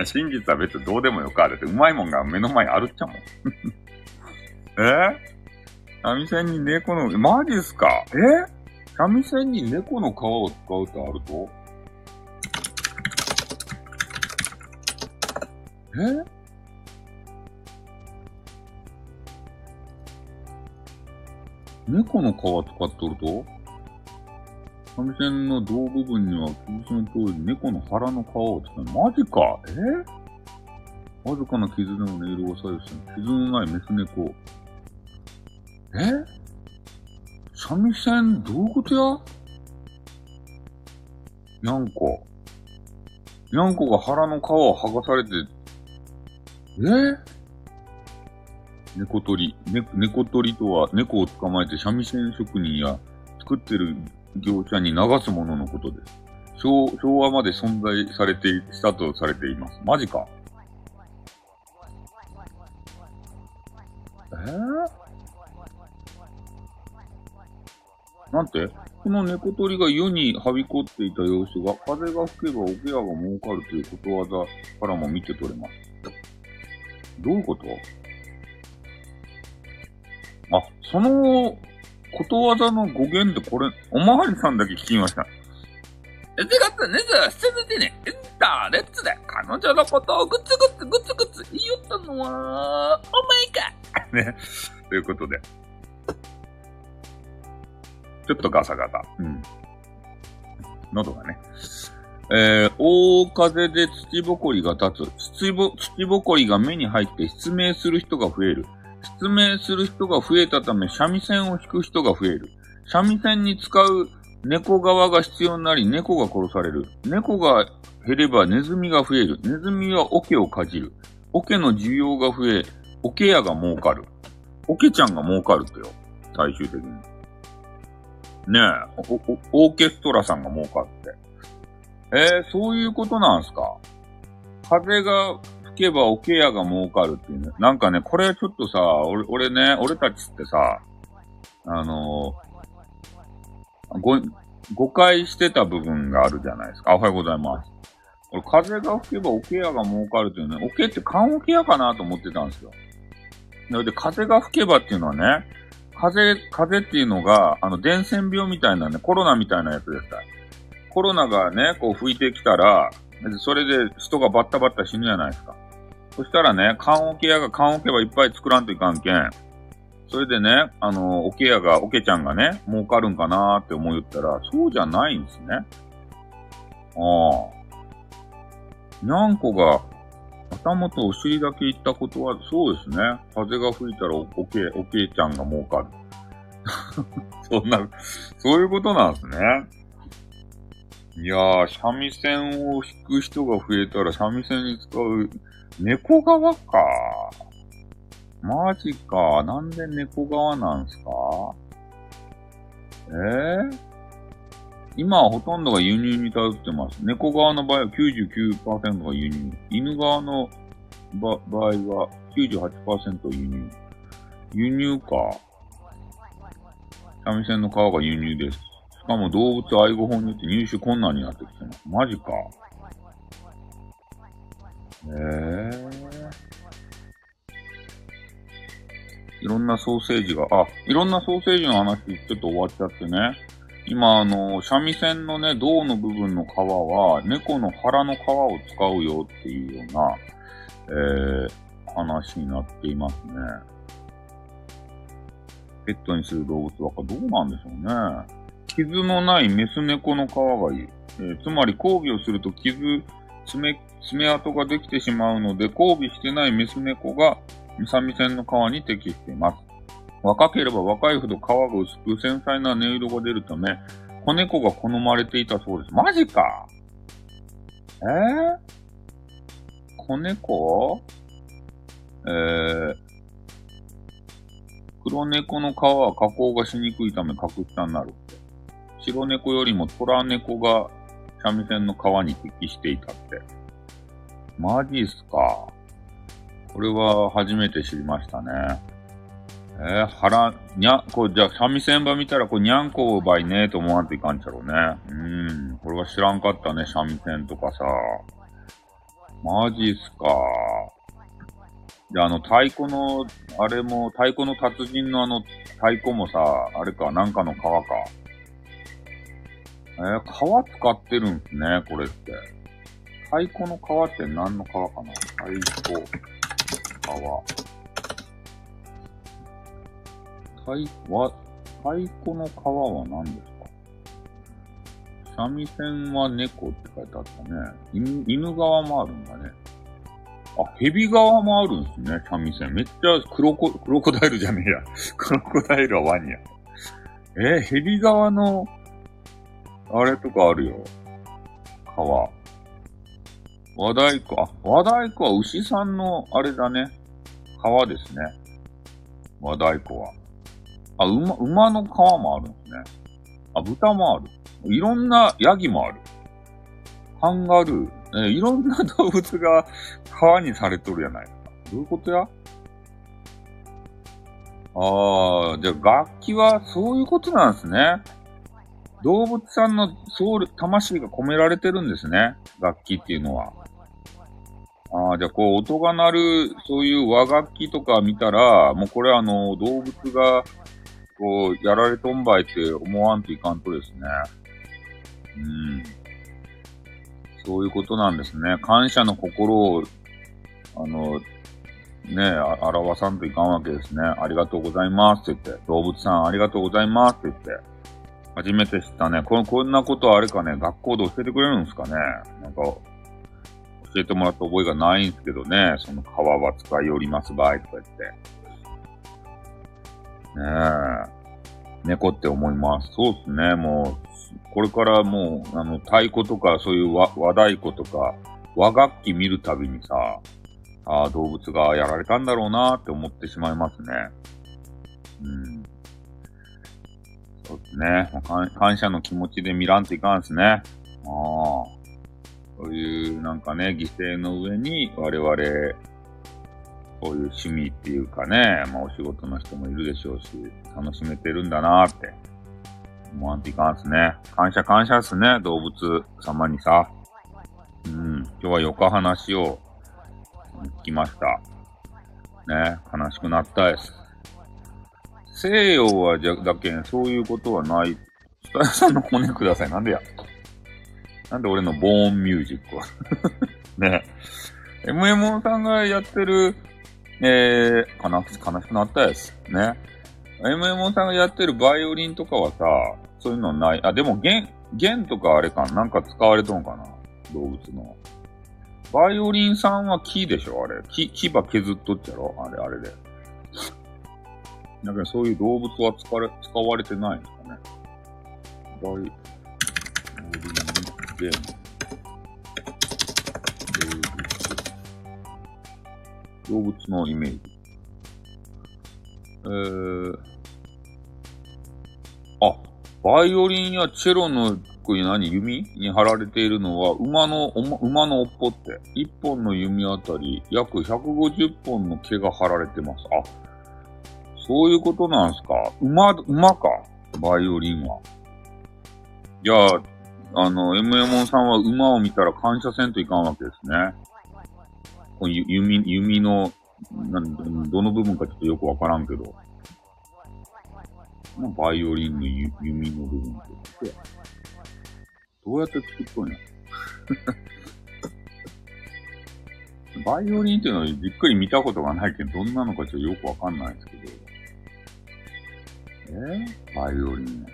真実は別にどうでもよかあれって、うまいもんが目の前にあるっちゃもん。え三味線に猫の、マジっすか？え三味線に猫の皮を使うとあるとえ猫の皮使っとると三味線の胴部分には、その通り猫の腹の皮を使う。マジかえわずかな傷でも音色を左右する。傷のないメス猫。え三味線どういうことや？にゃんこ。にゃんこが腹の皮を剥がされて、え猫取り。ね、猫取りとは猫を捕まえて三味線職人や作ってる業者に流すもののことです。昭, 昭和まで存在されて、したとされています。マジか。えー、なんてこの猫取りが世にはびこっていた様子が、風が吹けば桶屋が儲かるということわざからも見て取れます。どういうこと？あ、そのことわざの語源ってこれ、おまわりさんだけ聞きました。いちがつにじゅうしちにちにインターネットで彼女のことをグツグツグツグツ言いよったのは、お前かね。ということで。ちょっとガサガサ。うん。喉がね。えー、大風で土ぼこりが立つ。土ぼ、土ぼこりが目に入って失明する人が増える。失明する人が増えたため、三味線を弾く人が増える。三味線に使う猫側が必要になり、猫が殺される。猫が減ればネズミが増える。ネズミは桶をかじる。桶の需要が増え、桶屋が儲かる。桶ちゃんが儲かるってよ。最終的に。ねえ、お、お、オーケストラさんが儲かって。えー、そういうことなんすか？風が吹けば桶屋が儲かるっていうね。なんかね、これちょっとさ、俺、俺ね、俺たちってさ、あのー、ご、誤解してた部分があるじゃないですか。おはようございます。俺、風が吹けば桶屋が儲かるっていうね、桶って缶桶屋かなと思ってたんですよ。なので、風が吹けばっていうのはね、風、風っていうのが、あの、伝染病みたいなね、コロナみたいなやつですから。コロナがね、こう吹いてきたら、それで人がバッタバッタ死ぬじゃないですか。そしたらね、缶桶屋が缶桶はいっぱい作らんといかんけん。それでね、あの、桶屋が、桶ちゃんがね、儲かるんかなーって思いよったら、そうじゃないんですね。ああ。にゃんこが、頭とお尻だけ言ったことは、そうですね。風が吹いたらお、おけ、おけいちゃんが儲かる。そんな、そういうことなんですね。いやー、三味線を弾く人が増えたら、三味線に使う、猫側か。マジか。なんで猫側なんすか？えー、今はほとんどが輸入に頼ってます。猫側の場合は きゅうじゅうきゅうパーセント が輸入。犬側の場合は きゅうじゅうはちパーセント 輸入。輸入か。三味線の皮が輸入です。しかも動物愛護法によって入手困難になってきてます。マジか。へえ。いろんなソーセージが、あ、いろんなソーセージの話ちょっと終わっちゃってね。今、あの、三味線のね、胴の部分の皮は、猫の腹の皮を使うよっていうような、えー、話になっていますね。ペットにする動物はどうなんでしょうね。傷のないメス猫の皮がいい。えー、つまり交尾をすると傷、爪、爪痕ができてしまうので、交尾してないメス猫が三味線の皮に適しています。若ければ若いほど皮が薄く繊細な音色が出るため、子猫が好まれていたそうです。マジか。えー、子猫えー、黒猫の皮は加工がしにくいため格下になるって。白猫よりも虎猫が三味線の皮に適していたって。マジっすか。これは初めて知りましたね。えー、腹、にゃ、これじゃあ三味線場見たらこれにゃんこばいねーと思わんといかんちゃろうね。うーん、これは知らんかったね、三味線とかさ。マジっすか。で、あの、太鼓の、あれも、太鼓の達人のあの、太鼓もさ、あれか、なんかの皮か。えー、皮使ってるんすね、これって。太鼓の皮って何の皮かな？太鼓、皮。太鼓は、太鼓の皮は何ですか？三味線は猫って書いてあったね。犬、犬側もあるんだね。 あ、ヘビ川もあるんですね、三味線。めっちゃクロコ、クロコダイルじゃねえや。クロコダイルはワニや。えー、ヘビ川の、あれとかあるよ。川。和太鼓、あ、和太鼓は牛さんの、あれだね。川ですね。和太鼓は。あ、馬、馬の川もあるんですね。あ、豚もある。いろんな、ヤギもある。カンガルー。えー、いろんな動物が川にされとるやないですか。どういうことや？ああ、じゃあ楽器はそういうことなんですね。動物さんのソウル、魂が込められてるんですね。楽器っていうのは。ああ、じゃあこう音が鳴る、そういう和楽器とか見たら、もうこれあの、動物が、こう、やられとんばいって思わんといかんとですね。うん。そういうことなんですね。感謝の心を、あの、ねえ、表さんといかんわけですね。ありがとうございますって言って、動物さんありがとうございますって言って、初めて知ったね。この、こんなことあれかね、学校で教えてくれるんですかね。なんか、教えてもらった覚えがないんですけどね。その川は使い寄ります場合とか言って。ねえ。猫って思います。そうですね。もう、これからもう、あの、太鼓とか、そういう和、和太鼓とか、和楽器見るたびにさ、ああ、動物がやられたんだろうなって思ってしまいますね。うん。そうですね。感謝の気持ちで見らんといかんですね。ああ。そういうなんかね、犠牲の上に我々、こういう趣味っていうかね、まあお仕事の人もいるでしょうし、楽しめてるんだなって思わんといかんですね。感謝感謝ですね、動物様にさ。うん。今日はよか話を聞きました。ね、悲しくなったです。西洋はじゃ、だけん、そういうことはない。スタヤさんの骨ください。なんでや。なんで俺のボーンミュージックは。ね。エムエムオン さんがやってる、えー、かな、悲しくなったやつ。ね。エムエムオン さんがやってるバイオリンとかはさ、そういうのない。あ、でも弦、弦とかあれかなんか使われとんかな動物の。バイオリンさんは木でしょあれ。木、牙削っとっちゃろあれ、あれで。だけどそういう動物は使われ、使われてないんですかね。バイオリン、弦、動物。動物のイメージ。えー、あ、バイオリンやチェロの、これ何弓に貼られているのは、馬の、馬の尾っぽって、一本の弓あたり、約ひゃくごじゅっぽんの毛が貼られてます。あ、そういうことなんすか。馬、馬か。バイオリンは。じゃあ、あの、エムエムオン さんは馬を見たら感謝せんといかんわけですね。この弓、弓の、なんどの部分かちょっとよくわからんけど。バイオリンの弓の部分って。どうやって作っとんや。バイオリンっていうのはじっくり見たことがないけど、どんなのかちょっとよくわかんないんですけど。えー、バイオリン。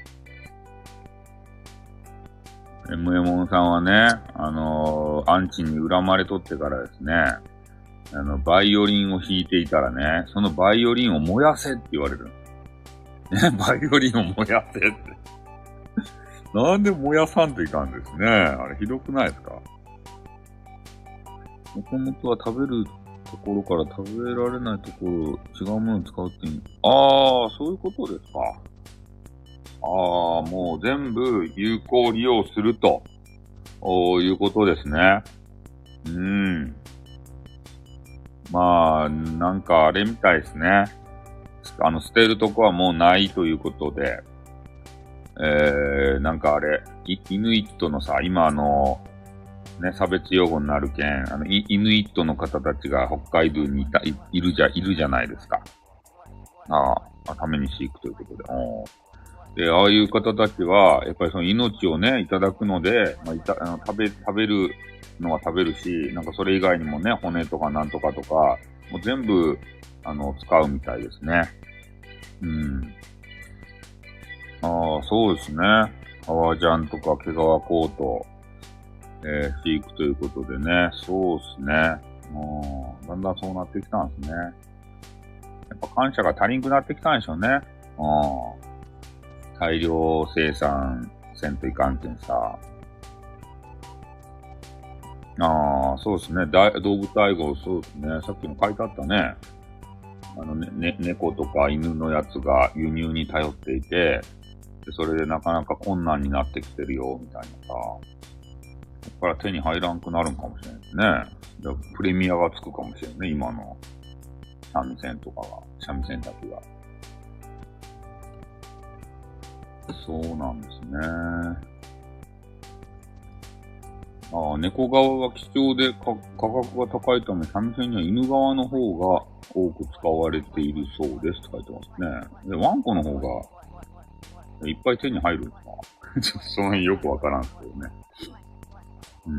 エムエムオン さんはね、あのー、アンチに恨まれとってからですね、あの、バイオリンを弾いていたらね、そのバイオリンを燃やせって言われる。ね、バイオリンを燃やせって。なんで燃やさんといかんですね。あれひどくないですか？もともとは食べるところから食べられないところ、違うものを使うっていう。ああ、そういうことですか。ああ、もう全部有効利用すると、いうことですね。うん。まあ、なんかあれみたいですね。あの、捨てるとこはもうないということで、えー、なんかあれ、イヌイットのさ、今あの、ね、差別用語になるけん、あの、イヌイットの方たちが北海道にいた、いいるじゃ、いるじゃないですか。ああ、ために飼育ということで。おで、ああいう方たちは、やっぱりその命をね、いただくので、まあ、いた、あの、食べ、食べるのは食べるし、なんかそれ以外にもね、骨とかなんとかとか、もう全部、あの、使うみたいですね。うん。ああ、そうですね。革ジャンとか毛皮コート、えー、飼育ということでね。そうですね。 もう、だんだんそうなってきたんですね。やっぱ感謝が足りんくなってきたんでしょうね。うん。大量生産せんといかんけんさ。ああ、そうですね。だ動物愛護、そうですね。さっきも書いてあったね。あのね、ね、猫とか犬のやつが輸入に頼っていて、でそれでなかなか困難になってきてるよ、みたいなさ。ここから手に入らんくなるんかもしれないですね。でプレミアがつくかもしれないね、今の三味線とかが、三味線たちが。そうなんですね。ああ、猫側が貴重で価格が高いため、三味線には犬側の方が多く使われているそうですと書いてますね。で、ワンコの方がいっぱい手に入るんですかちょっとその辺よくわからんすけどね。うん。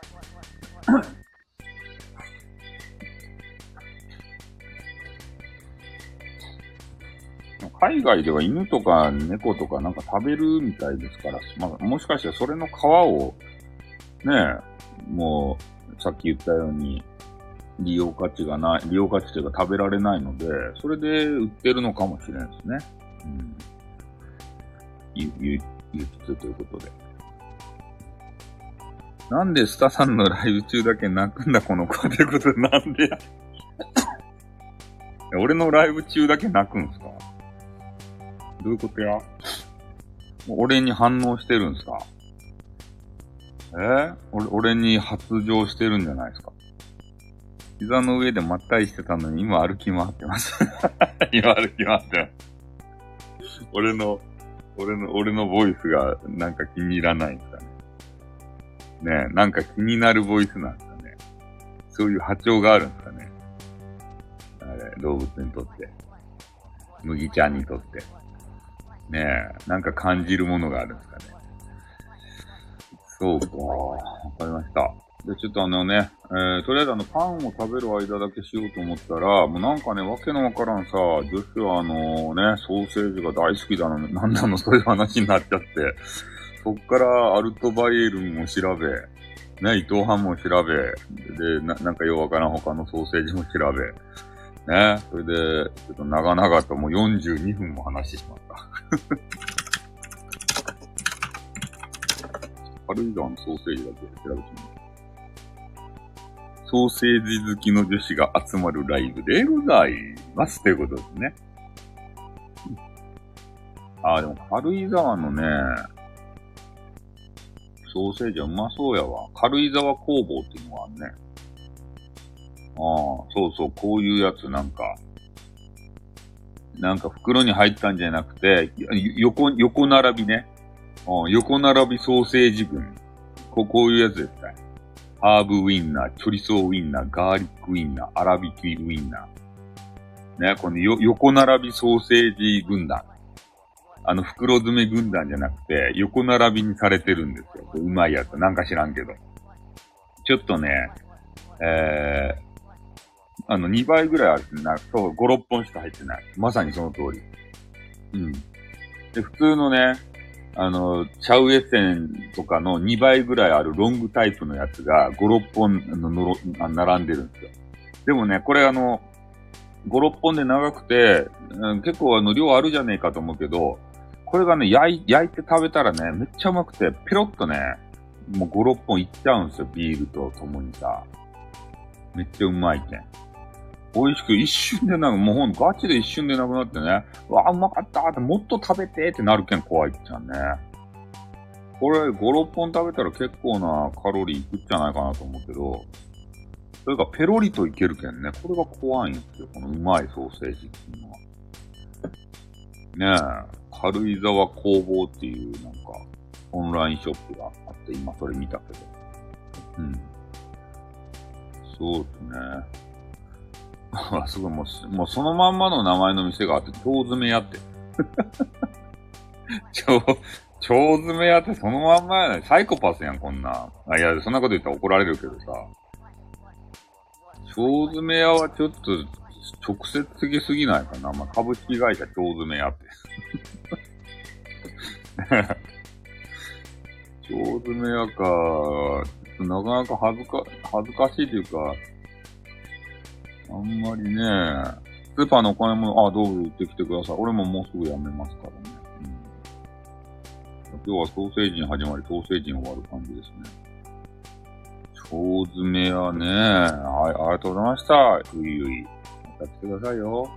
海外では犬とか猫とかなんか食べるみたいですから、まあ、もしかしてそれの皮を、ねえ、もう、さっき言ったように、利用価値がない、利用価値というか食べられないので、それで売ってるのかもしれないですね。うん。ゆ、ゆ、輸出ということで。なんでスタさんのライブ中だけ泣くんだこの子ってことでなんでや俺のライブ中だけ泣くんすかどういうことや俺に反応してるんすかえ俺、俺に発情してるんじゃないですか膝の上でまったりしてたのに今歩き回ってます。今歩き回ってます。俺の、俺の、俺のボイスがなんか気に入らないんですかね。ねえ、なんか気になるボイスなんですかね。そういう波長があるんですかね。あれ、動物にとって。麦ちゃんにとって。ねえ、なんか感じるものがあるんですかね。そうか。わかりました。で、ちょっとあのね、えー、とりあえずあの、パンを食べる間だけしようと思ったら、もうなんかね、わけのわからんさ、女子はあのね、ソーセージが大好きだの、なんだの、そういう話になっちゃって、そっからアルトバイエルンも調べ、ね、伊藤ハムも調べ、で、な、なんかようわからん他のソーセージも調べ、ね、それで、ちょっと長々ともうよんじゅうにふんも話してしまった。軽井沢のソーセージだけ調べてみる。ソーセージ好きの女子が集まるライブでございますということですね。ああ、でも軽井沢のね、ソーセージはうまそうやわ。軽井沢工房っていうのがあるね。ああ、そうそう、こういうやつなんか、なんか袋に入ったんじゃなくて、横、横並びね。ああ、横並びソーセージ群。こう、こういうやつですね。ハーブウインナー、チョリソーウインナー、ガーリックウインナー、粗挽きウインナー。ね、このよ横並びソーセージ軍団。あの、袋詰め軍団じゃなくて、横並びにされてるんですよ。うまいやつ。なんか知らんけど。ちょっとね、えー、あの、にばいぐらいあるな。そう、ご、ろっぽんしか入ってない。まさにその通り。うん。で、普通のね、あの、シャウエッセンとかのにばいぐらいあるロングタイプのやつがご、ろっぽんののろ並んでるんですよ。でもね、これあの、ご、ろっぽんで長くて、うん、結構あの、量あるじゃねえかと思うけど、これがね、焼い、焼いて食べたらね、めっちゃうまくて、ペロッとね、もうご、ろっぽんいっちゃうんですよ、ビールと共にさ。めっちゃうまいけん。美味しく、一瞬でなんか、もうほんとガチで一瞬でなくなってね、うわ、うまかったって、もっと食べてってなるけん怖いっちゃね。これ、ご、ろっぽん食べたら結構なカロリーいくんじゃないかなと思うけど、それがペロリといけるけんね、これが怖いんですよ、このうまいソーセージっていうのは。ねえ、軽井沢工房っていうなんか、オンラインショップがあって、今それ見たけど。うん。そうですね。あ、すごい、もう、もうそのまんまの名前の店があって、腸詰め屋って。腸、腸詰め屋ってそのまんまやない。サイコパスやん、こんな。あ、いや、そんなこと言ったら怒られるけどさ。腸詰め屋はちょっと、直接的すぎないかな。まあ、株式会社腸詰め屋って。腸詰め屋か、なかなか恥ずか、恥ずかしいというか、 あんまりね、スーパーのお金も、あ、どうぞ行ってきてください。俺ももうすぐ辞めますからね。うん、今日はソーセージに始まり、ソーセージに終わる感じですね。腸詰めやね。はい、ありがとうございました。ゆいゆい。また来てくださいよ。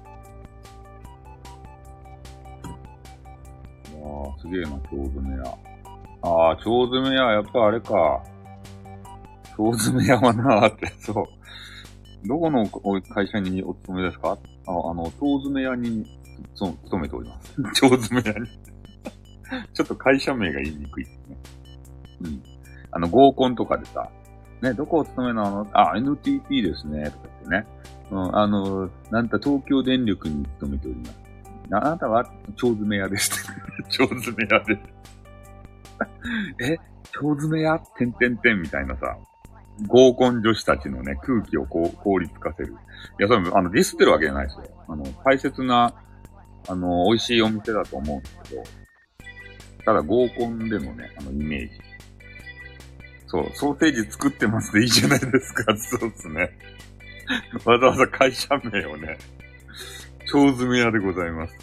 いやー、すげえな、腸詰めや。あー、腸詰めや、やっぱあれか。腸詰めやはなーって、そう。どこの会社にお勤めですか？ああの、腸詰め屋に、そう、勤めております。腸詰め屋に。ちょっと会社名が言いにくいですね。うん。あの、合コンとかでさ、ね、どこお勤めなの？あ、エヌティーティー ですね、とか言ってね。うん、あの、なんた東京電力に勤めております。あなたは腸詰め屋です。腸詰め屋です。え、腸詰め屋てんてんてんみたいなさ。合コン女子たちのね、空気をこう、効率化せる。いや、それも、あの、ディスってるわけじゃないですよ。あの、大切な、あの、美味しいお店だと思うんですけど、ただ合コンでのね、あの、イメージ。そう、ソーセージ作ってますでいいじゃないですか。そうですね。わざわざ会社名をね、腸詰め屋でございますって。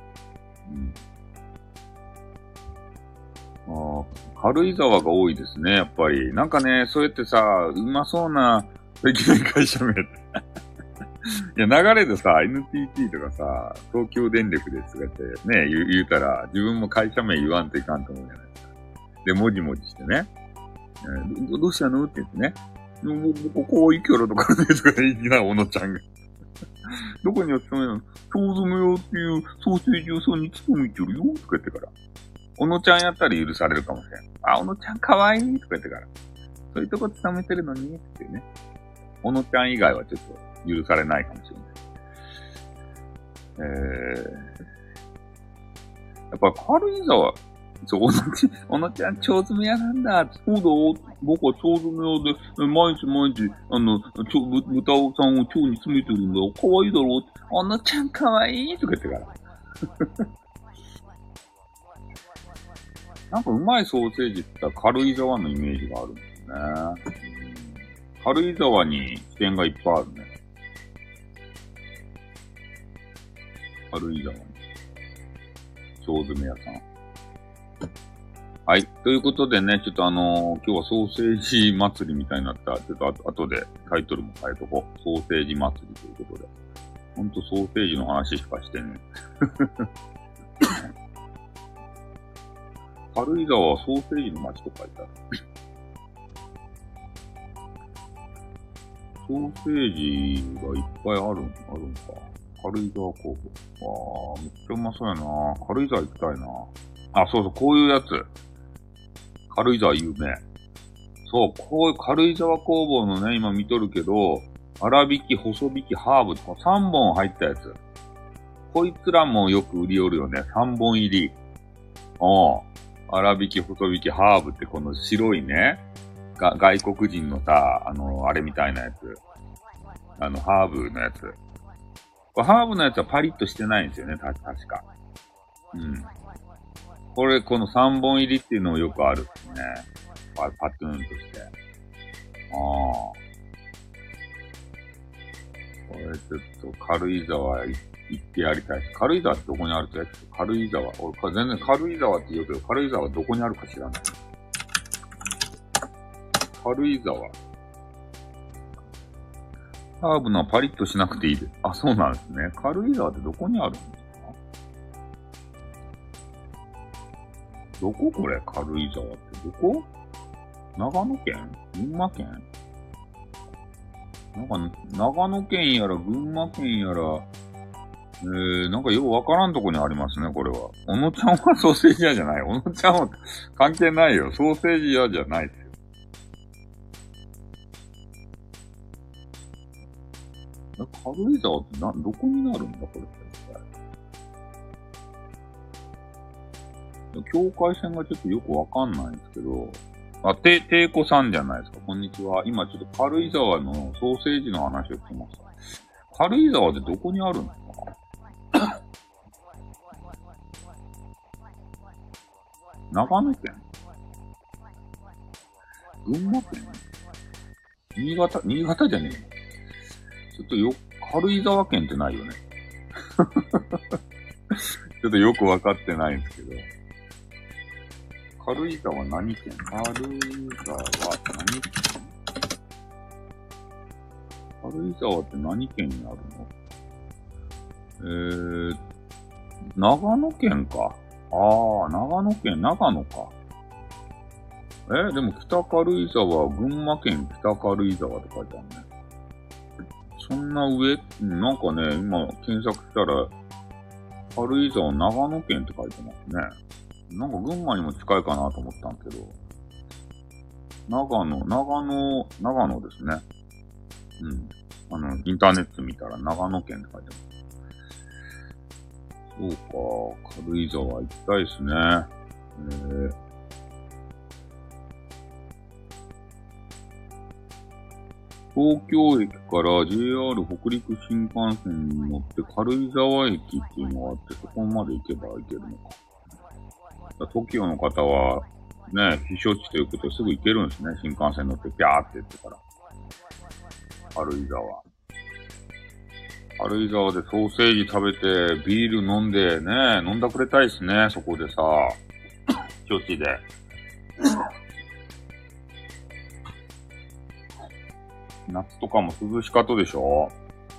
うん。ああ、軽井沢が多いですね、やっぱり。なんかね、そうやってさ、うまそうな、できない会社名って。いや、流れでさ、エヌティーティー とかさ、東京電力ですとかってね、言う、言うたら、自分も会社名言わんといかんと思うじゃないですか。で、もじもじしてね。ど, どうしたのって言ってね。もう、ここいくらとかね、とか言いな、小野ちゃんが。どこにお勤めなの？腸詰め屋っていうソーセージ屋さんに勤めてるよ、とか言ってから。小野ちゃんやったら許されるかもしれん。あ、小野ちゃんかわいいとか言ってから。そういうとこ勤めてるのに、っていうね。小野ちゃん以外はちょっと許されないかもしれない。えー、やっぱ軽井沢、そう、小野ちゃん、小野ちゃん、腸詰め屋なんだ。そうだ、僕は腸詰め屋で、毎日毎日、あの、ちょ、豚さんを腸に詰めてるんだよ。かわいいだろう。小野ちゃんかわいいとか言ってから。なんかうまいソーセージって言ったら軽井沢のイメージがあるんですね。軽井沢に支店がいっぱいあるね。軽井沢に。腸詰め屋さん。はい。ということでね、ちょっとあのー、今日はソーセージ祭りみたいになった。ちょっとあ後でタイトルも変えとこう。ソーセージ祭りということで。ほんとソーセージの話しかしてね。軽井沢はソーセージの街と書いてある。ソーセージがいっぱいあるん、あるんか。軽井沢工房。わー、めっちゃうまそうやな。軽井沢行きたいな。あ、そうそう、こういうやつ。軽井沢有名。そう、こういう軽井沢工房のね、今見とるけど、粗挽き、細挽き、ハーブとかさんぼん入ったやつ。こいつらもよく売り寄るよね。さんぼん入り。おう。粗挽き、細挽き、ハーブってこの白いね、が外国人のさ、あの、あれみたいなやつ。あの、ハーブのやつ。ハーブのやつはパリッとしてないんですよね、た、確か。うん。これ、このさんぼん入りっていうのもよくあるですね。パ、パトゥーンとして。ああ。これちょっと軽井沢行ってやりたいです。軽井沢ってどこにあるかやつ軽井沢。俺、全然軽井沢って言うけど、軽井沢どこにあるか知らない。軽井沢。ハーブのはパリッとしなくていいです。あ、そうなんですね。軽井沢ってどこにあるんですか？どここれ軽井沢ってどこ？長野県？群馬県？なんか、長野県やら群馬県やら、えー、なんかよくわからんとこにありますね、これは。小野ちゃんはソーセージ屋じゃない。小野ちゃんは関係ないよ。ソーセージ屋じゃないですよ。軽井沢ってな、どこになるんだ、これ。境界線がちょっとよくわかんないんですけど、あ、て、ていこさんじゃないですか。こんにちは。今ちょっと軽井沢のソーセージの話を聞きました。軽井沢ってどこにあるんですか？長野県？群馬県？新潟、新潟じゃねえの？ ちょっとよ、軽井沢県ってないよね。ちょっとよくわかってないんですけど。軽井沢何県？軽井沢何県？軽井沢って何県にあるの？えー、長野県か。ああ、長野県、長野か。え、でも北軽井沢、群馬県北軽井沢って書いてあるね。そんな上、なんかね、今検索したら、軽井沢長野県って書いてますね。なんか群馬にも近いかなと思ったんですけど。長野、長野、長野ですね。うん。あの、インターネット見たら長野県って書いてます。そうか、軽井沢行きたいですね。えー、東京駅から ジェイアール 北陸新幹線に乗って軽井沢駅っていうのがあって、そこまで行けば行けるのか。TOKIO の方は、ね、避暑地ということですぐ行けるんですね。新幹線乗ってピャーって言ってから。軽井沢。軽井沢でソーセージ食べて、ビール飲んでね、飲んだくれたいですね、そこでさ。避暑地で。夏とかも涼しかったでしょ？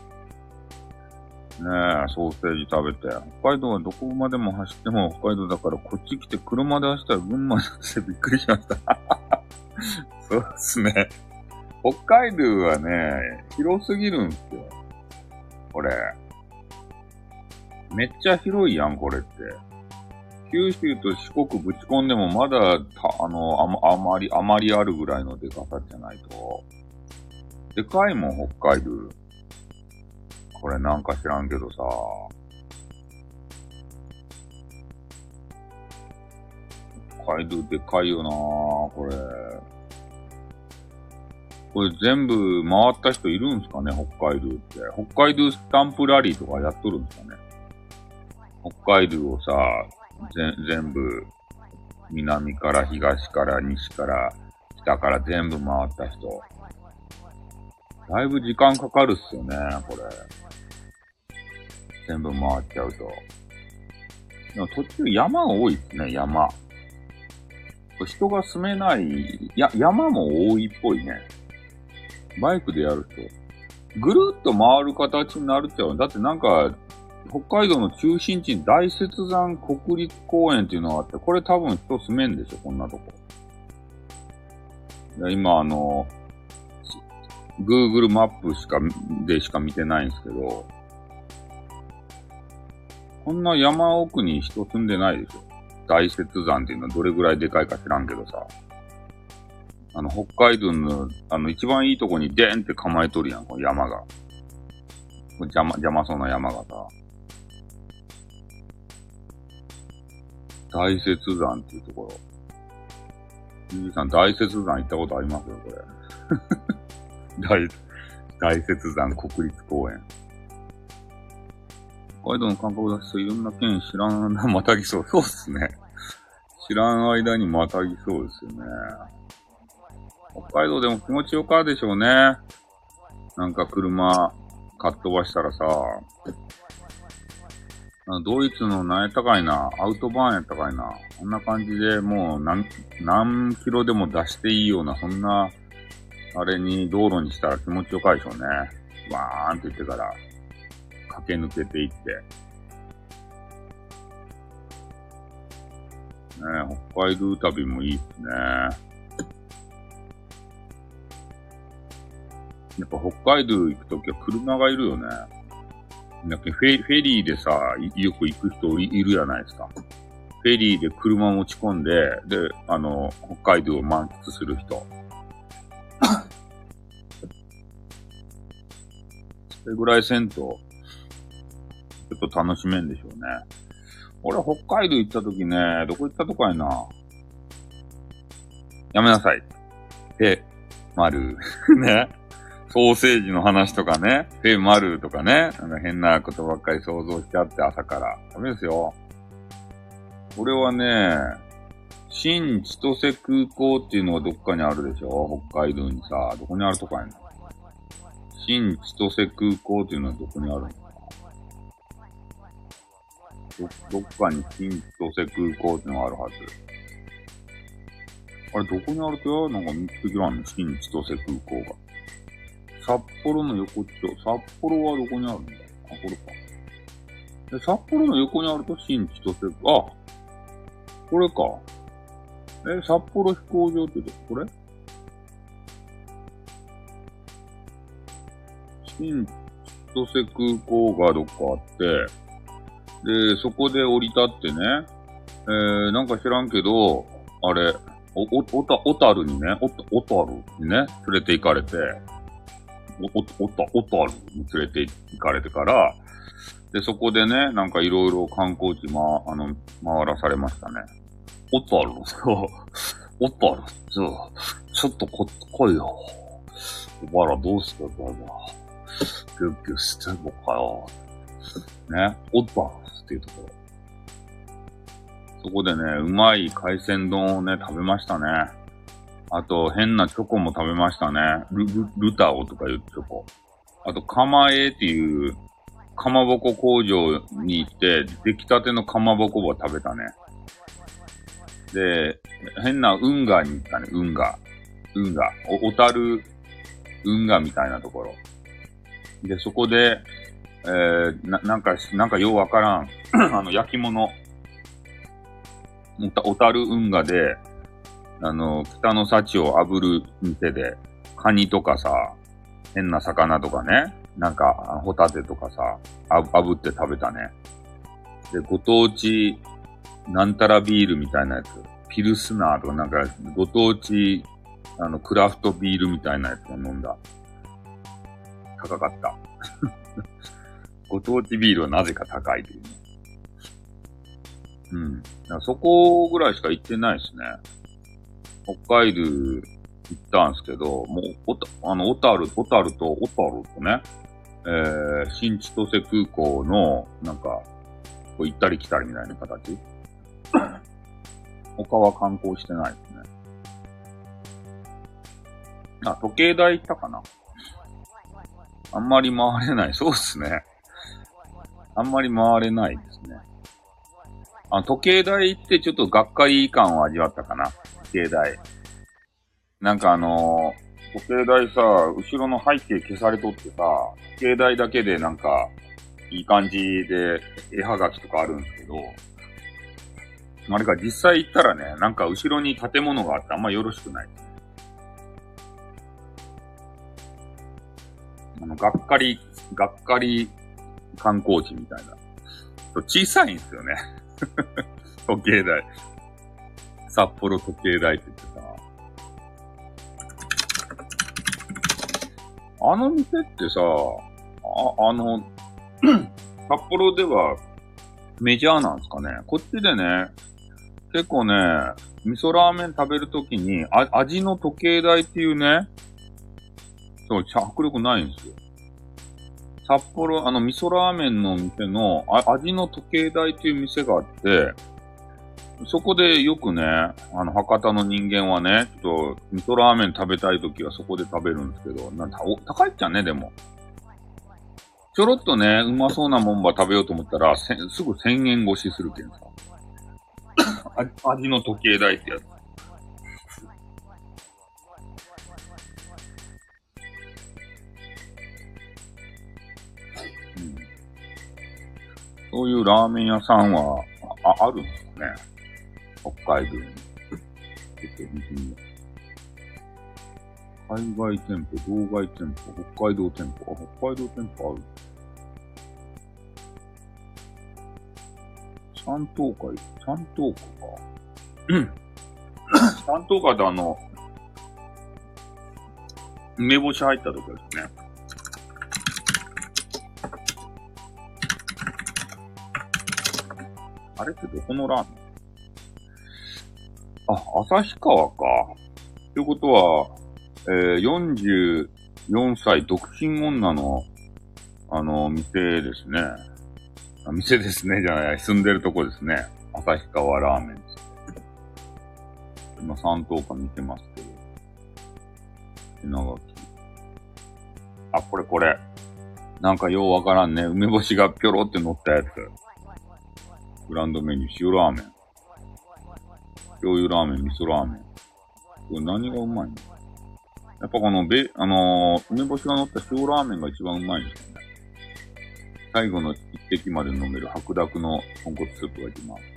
ねえ、ソーセージ食べて。北海道はどこまでも走っても北海道だからこっち来て車で走ったら群馬になってびっくりしました。そうですね。北海道はね、広すぎるんですよ。これ。めっちゃ広いやん、これって。九州と四国ぶち込んでもまだ、たあの、あま、あまり、あまりあるぐらいのでかさじゃないと。でかいもん、北海道。これなんか知らんけどさ。北海道でかいよなぁ、これ。これ全部回った人いるんすかね、北海道って。北海道スタンプラリーとかやっとるんですかね。北海道をさ、ぜ全部、南から東から西から北から全部回った人。だいぶ時間かかるっすよね、これ。全部回っちゃうと。でも途中山が多いですね、山。人が住めない、や、山も多いっぽいね。バイクでやる人。ぐるっと回る形になるっちゃう。だってなんか、北海道の中心地に大雪山国立公園っていうのがあって、これ多分人住めんでしょ、こんなとこ。今あの、Google マップしか、でしか見てないんですけど、こんな山奥に人住んでないでしょ。大雪山っていうのはどれぐらいでかいか知らんけどさ。あの、北海道の、あの、一番いいとこにデーンって構えとるやん、この山が。邪魔、邪魔そうな山がさ。大雪山っていうところ。ゆうじさん、大雪山行ったことありますよ、これ。大、大雪山国立公園。北海道の観光だし、いろんな県知らん、またぎそう。そうっすね。知らん間にまたぎそうですよね。北海道でも気持ちよかでしょうね。なんか車、かっ飛ばしたらさ、ドイツの何やったかいな、アウトバーンやったかいな。こんな感じでもう何、何キロでも出していいような、そんな、あれに道路にしたら気持ちよかいでしょうね。わーんって言ってから、駆け抜けていって。ね、北海道旅もいいっすね。やっぱ北海道行くときは車がいるよね。なんかフェ、フェリーでさ、よく行く人いるじゃないですか。フェリーで車持ち込んで、で、あの、北海道を満喫する人。それぐらいせんと、ちょっと楽しめんでしょうね。俺北海道行ったときね、どこ行ったとかやな。やめなさい。で、まる。ね。ソーセージの話とかね、フェマルとかね、あの変なことばっかり想像しちゃって朝から。ダメですよ。俺はね、新千歳空港っていうのがどっかにあるでしょ？北海道にさ、どこにあるとかやんの？ 新千歳空港っていうのはどこにあるのかな。ど、どっかに新千歳空港っていうのがあるはず。あれ、どこにあるかなんか見つけらんの新千歳空港が。札幌の横っちょ。札幌はどこにあるんだあ、これか。で、札幌の横にあると新千歳、あ、これか。え、札幌飛行場ってどこれ新千歳空港がどっかあって、で、そこで降り立ってね、えー、なんか知らんけど、あれ、お、お、おた、小樽にね、おた、小樽にね、連れて行かれて、お、お、おた、小樽に連れて行かれてから、で、そこでね、なんかいろいろ観光地ま、あの、回らされましたね。小樽そう。小樽そう。ちょっとこっち来いよ。おばらどうしたんだよ。ギュッギュッしてんのかよ。ね。小樽っていうところ。そこでね、うまい海鮮丼をね、食べましたね。あと、変なチョコも食べましたね。ル、ル、ルタオとかいうチョコ。あと、カマエっていう、かまぼこ工場に行って、出来たてのかまぼこを食べたね。で、変な運河に行ったね、運河。運河。お、小樽運河みたいなところ。で、そこで、えー、な、なんか、なんかようわからん。あの、焼き物。小樽運河で、あの、北の幸を炙る店で、カニとかさ、変な魚とかね、なんか、ホタテとかさ、あ、炙って食べたね。で、ご当地、なんたらビールみたいなやつ。ピルスナーとかなんか、ご当地、あの、クラフトビールみたいなやつを飲んだ。高かった。ご当地ビールはなぜか高いというね。うん。だからそこぐらいしか行ってないですね。北海道行ったんですけど、もう、おた、あの、小樽、小樽と、小樽とね、えー、新千歳空港の、なんか、こう行ったり来たりみたいな形。他は観光してないですね。あ、時計台行ったかな。あんまり回れない。そうですね。あんまり回れないですね。あ、時計台行ってちょっとがっかり感を味わったかな。時計台。なんかあのー、時計台さ、後ろの背景消されとってさ、時計台だけでなんか、いい感じで絵はがきとかあるんですけど、あれか実際行ったらね、なんか後ろに建物があってあんまよろしくない。あの、がっかり、がっかり観光地みたいな。小さいんですよね。時計台。札幌時計台って言ってさ。あの店ってさ、あ、あの、札幌ではメジャーなんですかね。こっちでね、結構ね、味噌ラーメン食べるときに、あ、味の時計台っていうね、そう、迫力ないんですよ。札幌、あの、味噌ラーメンの店の、あ、味の時計台っていう店があって、そこでよくね、あの、博多の人間はね、ちょっと、味噌ラーメン食べたいときはそこで食べるんですけど、なんか、お、高いっちゃね、でも。ちょろっとね、うまそうなもんば食べようと思ったら、せすぐせんえん越しするけんさ。味の時計台ってやつ。うん、そういうラーメン屋さんは、あ、あるんですかね。北海道に。ちょっと見てみよう。海外店舗、道外店舗、北海道店舗。あ、北海道店舗ある。三等価、三等価か。うん。三等価であの、梅干し入ったとこですね。あれってどこのラーメン？あ、旭川か。ということは、えー、よんじゅうよんさい独身女の、あの、店ですね。あ、店ですね、じゃない、住んでるとこですね。旭川ラーメンです。今、三等価見てますけど。品垣。 あ、これこれ。なんかようわからんね。梅干しがぴょろって乗ったやつ。グランドメニュー、塩ラーメン。醤油ラーメン、味噌ラーメン。これ何がうまいの？やっぱこのべ、あのー、梅干しが乗った塩ラーメンが一番うまいんですよね。最後の一滴まで飲める白濁の豚骨スープが一番。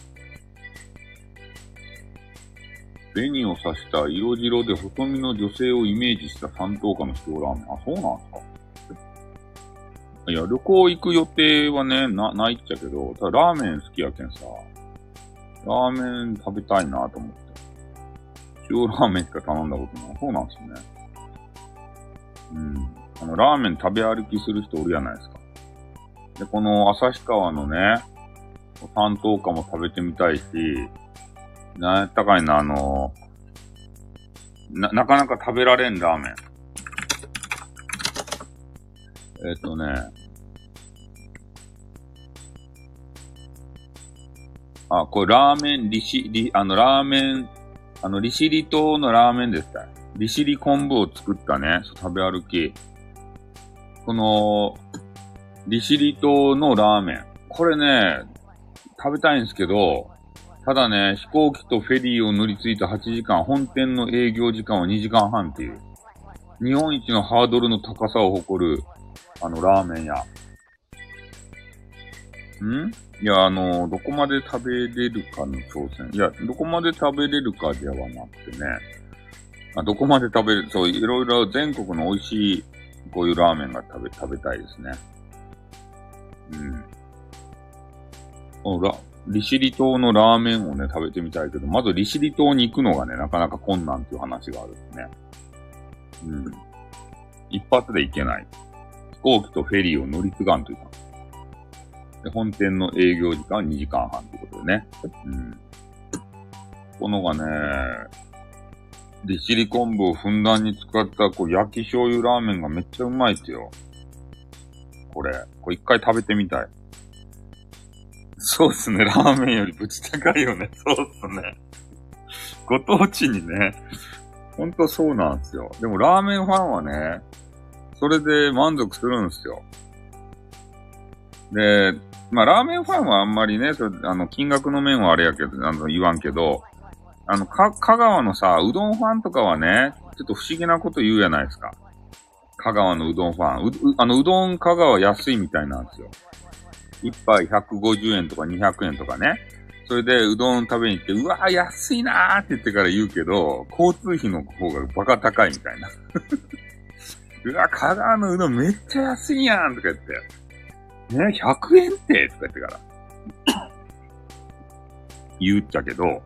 紅を刺した色白で細身の女性をイメージした三等価の塩ラーメン。あ、そうなんですか？いや、旅行行く予定はね、な、ないっちゃけど、ただラーメン好きやけんさ、ラーメン食べたいなと思って。塩ラーメンしか頼んだことない。そうなんですね。うん。あの、ラーメン食べ歩きする人おるやないですか。で、この旭川のね、三等価も食べてみたいし、なんやったかいな、あの、な、なかなか食べられんラーメン。えっとね、あ、これラーメン、利し、利、あの、ラーメン、あの、利尻島のラーメンでした。利尻昆布を作ったね、食べ歩き。この、利尻島のラーメン。これね、食べたいんですけど、ただね、飛行機とフェリーを乗り継いだはちじかん、本店の営業時間はにじかんはんっていう、日本一のハードルの高さを誇る、あの、ラーメン屋。んいや、あの、どこまで食べれるかの挑戦。いや、どこまで食べれるかではなくてね。あ、どこまで食べる、そう、いろいろ全国の美味しい、こういうラーメンが食べ、食べたいですね。うん。このラ、利尻島のラーメンをね、食べてみたいけど、まず利尻島に行くのがね、なかなか困難っていう話があるんですね。うん。一発で行けない。飛行機とフェリーを乗り継がんといかん。で、本店の営業時間はにじかんはんということでね。うん。このがね、利尻昆布をふんだんに使った、こう、焼き醤油ラーメンがめっちゃうまいっすよ。これ。これ一回食べてみたい。そうっすね。ラーメンよりぶち高いよね。そうっすね。ご当地にね。ほんとそうなんですよ。でもラーメンファンはね、それで満足するんですよ。で、まあラーメンファンはあんまりね、それあの、金額の面はあれやけど、あの、言わんけど、あの、か、香川のさ、うどんファンとかはね、ちょっと不思議なこと言うやないですか。香川のうどんファン。う、うあの、うどん香川安いみたいなんですよ。一杯ひゃくごじゅうえんとかにひゃくえんとかね。それでうどん食べに行って、うわー安いなーって言ってから言うけど、交通費の方がバカ高いみたいな。うわ、香川のうどんめっちゃ安いやんとか言って。ね、ひゃくえんってとか言ってから。言っちゃけど、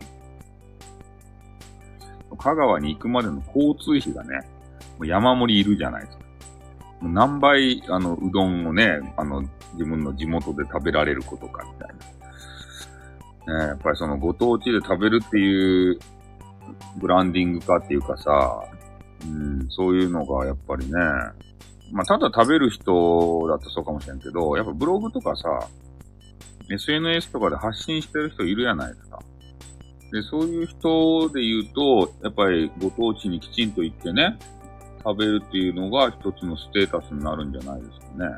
香川に行くまでの交通費がね、もう山盛りいるじゃないですか。もう何倍、あの、うどんをね、あの、自分の地元で食べられることかみたいな。ね、やっぱりそのご当地で食べるっていうブランディング化っていうかさ、うん、そういうのがやっぱりね、まあ、ただ食べる人だとそうかもしれんけど、やっぱブログとかさ、エスエヌエス とかで発信してる人いるやないですか。で、そういう人で言うと、やっぱりご当地にきちんと行ってね、食べるっていうのが一つのステータスになるんじゃないですかね。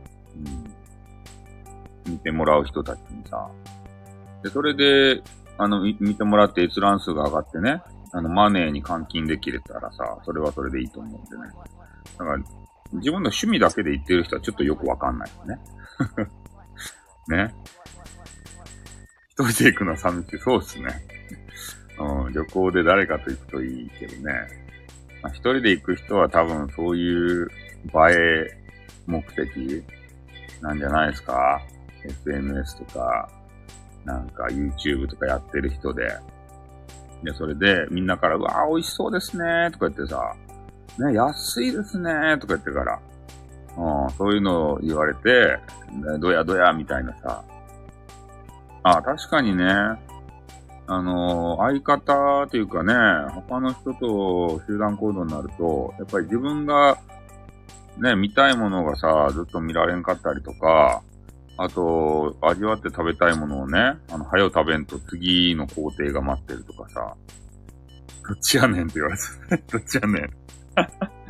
うん。見てもらう人たちにさ。で、それで、あの、見てもらって閲覧数が上がってね、あの、マネーに換金できれたらさ、それはそれでいいと思うんでね。だから、自分の趣味だけで言ってる人はちょっとよくわかんないよね。ね。一人で行くのは寂しい。そうっすね。うん、旅行で誰かと行くといいけどね。まあ、一人で行く人は多分そういう映え目的なんじゃないですか？ エスエヌエス とか、なんか YouTube とかやってる人で。で、それでみんなから、うわー美味しそうですねとか言ってさ、ね、安いですねとか言ってから、うん、そういうのを言われて、どやどやみたいなさ。あ、確かにね、あのー、相方っていうかね、他の人と集団行動になると、やっぱり自分がね、見たいものがさ、ずっと見られんかったりとか、あと、味わって食べたいものをね、あの、早う食べんと次の工程が待ってるとかさ、どっちやねんって言われて、どっちやねん。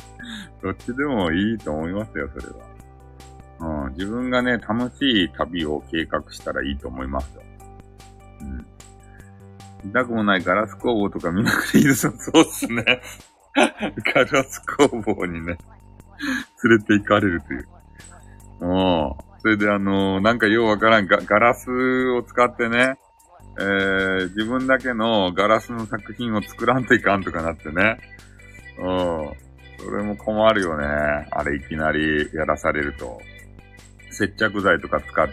どっちでもいいと思いますよ、それは。うん。自分がね、楽しい旅を計画したらいいと思いますよ。うん。痛くもないガラス工房とか見なくていいですよ。そうっすね。ガラス工房にね、連れて行かれるという。うん。それであのー、なんかようわからんガ、ガラスを使ってね、えー、自分だけのガラスの作品を作らんといかんとかなってね。うん。それも困るよね。あれいきなりやらされると。接着剤とか使って、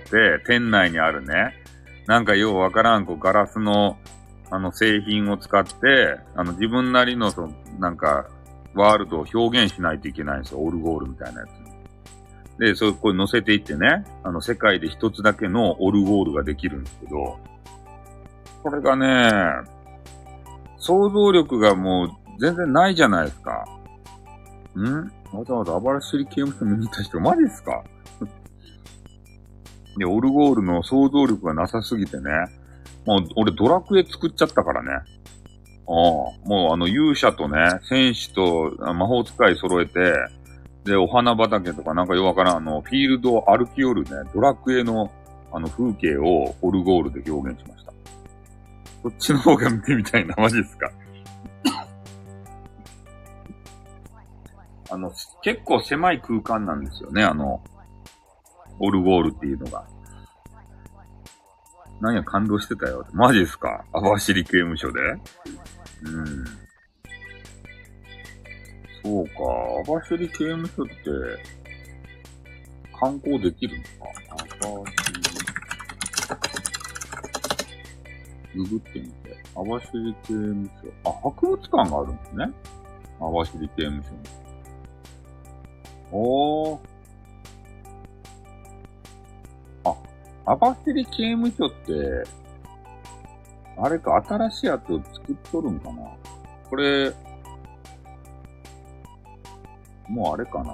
店内にあるね、なんかようわからん、こう、ガラスの、あの、製品を使って、あの、自分なりの、その、なんか、ワールドを表現しないといけないんですよ。オルゴールみたいなやつに。で、それこう乗せていってね、あの、世界で一つだけのオルゴールができるんですけど、これがね、想像力がもう全然ないじゃないですか。んわざわざ暴らしり刑務所見に行った人、マジですかで、オルゴールの想像力がなさすぎてね、もう俺ドラクエ作っちゃったからね。ああ、もうあの勇者とね、戦士と魔法使い揃えて、で、お花畑とかなんかよくわからん、あの、フィールドを歩き寄るね、ドラクエのあの風景をオルゴールで表現しました。そっちの方が見てみたいな、マジですかあの、結構狭い空間なんですよね、あの、オルゴールっていうのが。何や、感動してたよ。マジですか網走刑務所でうん。そうか、網走刑務所って、観光できるのか網走。ググってみて。網走刑務所。あ、博物館があるんですね。網走刑務所に。おー。あ、網走刑務所って、あれか、新しいやつを作っとるんかなこれ、もうあれかな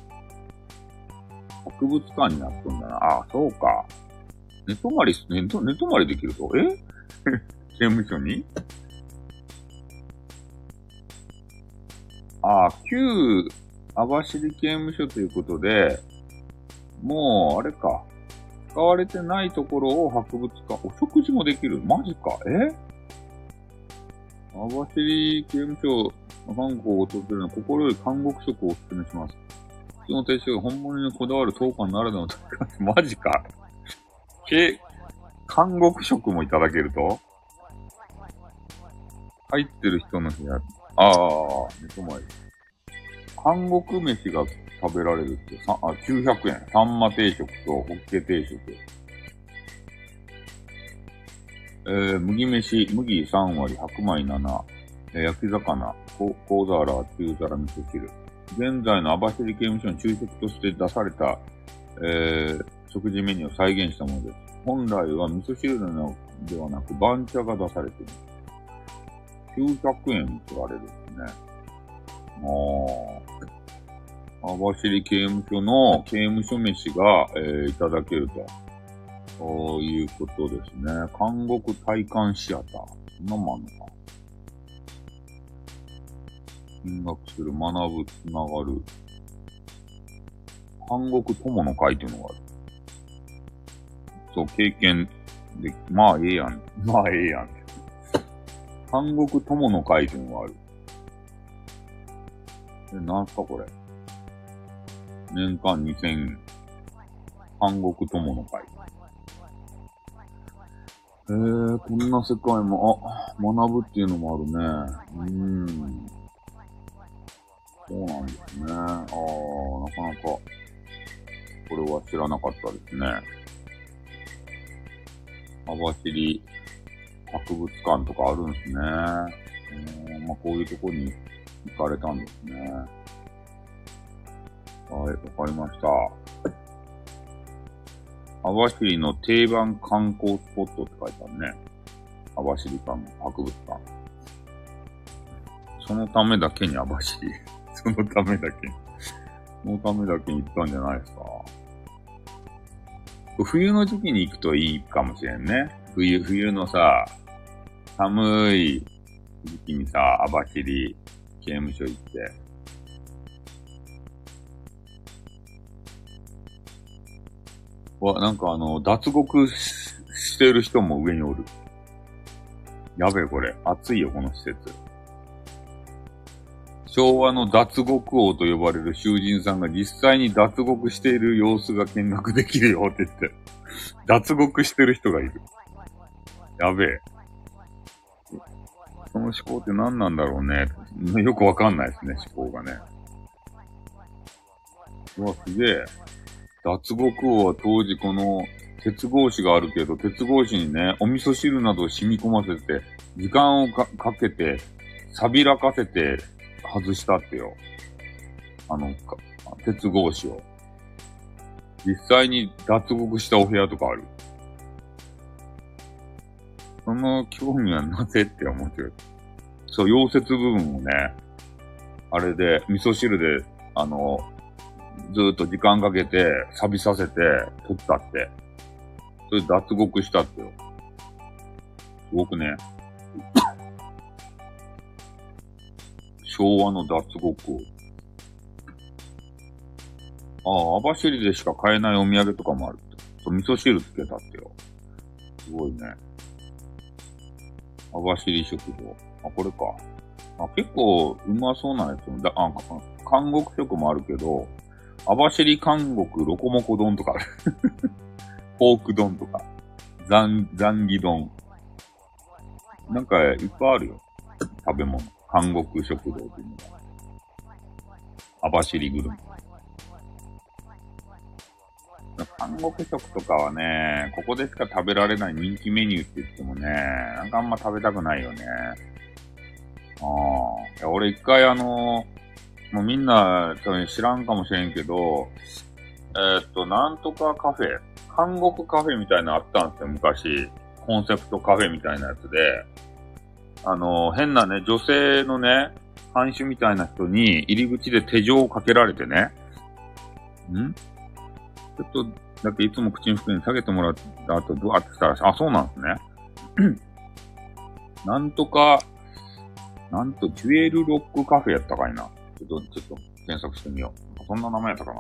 博物館になっとんだな。あ、そうか。寝泊まり、寝と、寝泊まりできるとえ刑務所にあ、旧網走刑務所ということで、もう、あれか。使われてないところを博物館、お食事もできる。マジか。え網走刑務所、観光を訪れるのは心より韓国食をお勧めします。その定食が本物にこだわる当館ならではの高い。マジか。け、韓国食もいただけると入ってる人の部屋。ああ、寝泊まり。韓国飯が食べられるって、さあ、きゅうひゃくえん。サンマ定食とホッケ定食。えー、麦飯、麦さん割、白米なな、えー、焼き魚、こ香皿、中皿、味噌汁。現在の網走刑務所の昼食として出された、えー、食事メニューを再現したものです。本来は味噌汁のではなく、番茶が出されています。きゅうひゃくえん取られるんですね。ああ。網走刑務所の刑務所飯が、えー、いただけると。そういうことですね。監獄体感シアター。そんなもんあんのか。見学する、学ぶ、つながる。監獄友の会というのがある。そう、経験で、まあええやん。まあええやん。監獄友の会というのがある。え、なんすかこれ。年間にせんえん。監獄友の会。えー、こんな世界も、あ、学ぶっていうのもあるね。うーん。そうなんですね。あー、なかなか、これは知らなかったですね。網走博物館とかあるんですね。うーん、まあ、こういうとこに行かれたんですね。はい、わかりました。網走の定番観光スポットって書いてあるね。網走館博物館。そのためだけに網走。そのためだけに。そのためだけに行ったんじゃないですか。冬の時期に行くといいかもしれんね。冬、冬のさ、寒い時期にさ、網走刑務所行って。 わ、なんかあの、脱獄ししてる人も上におる。やべえ、これ。暑いよ、この施設。昭和の脱獄王と呼ばれる囚人さんが実際に脱獄している様子が見学できるよって言って。脱獄してる人がいる。やべえ。その思考って何なんだろうね。よくわかんないですね、思考がね。うわ、すげえ。脱獄王は当時この鉄格子があるけど、鉄格子にね、お味噌汁などを染み込ませて、時間を か, かけて、錆びらかせて外したってよ。あの、か鉄格子を。実際に脱獄したお部屋とかある。その興味はなぜって思ってる。そう、溶接部分をね、あれで、味噌汁で、あの、ずーっと時間かけて、錆びさせて、取ったって。それ脱獄したってよ。すごくね。昭和の脱獄を。ああ、網走でしか買えないお土産とかもあるって。そう、味噌汁つけたってよ。すごいね。網走食堂。あ、これか。あ、結構うまそうなやつも。だ、あ、韓国食もあるけど、網走韓国ロコモコ丼とかある。ポーク丼とか。ザン、ザンギ丼。なんかいっぱいあるよ。食べ物。韓国食堂っていうのが。網走グルメ。韓国食とかはね、ここでしか食べられない人気メニューって言ってもね、なんかあんま食べたくないよね。ああ。いや、俺一回あの、もうみんな知らんかもしれんけど、えー、っと、なんとかカフェ、韓国カフェみたいなのあったんですよ、昔。コンセプトカフェみたいなやつで。あの、変なね、女性のね、看守みたいな人に入り口で手錠をかけられてね。んちょっと、だっていつも口に服に下げてもらった後、ブワーってしたら、あ、そうなんですね。なんとか、なんと、ジュエルロックカフェやったかいな。ちょっと、ちょっと、検索してみよう。そんな名前やったかな。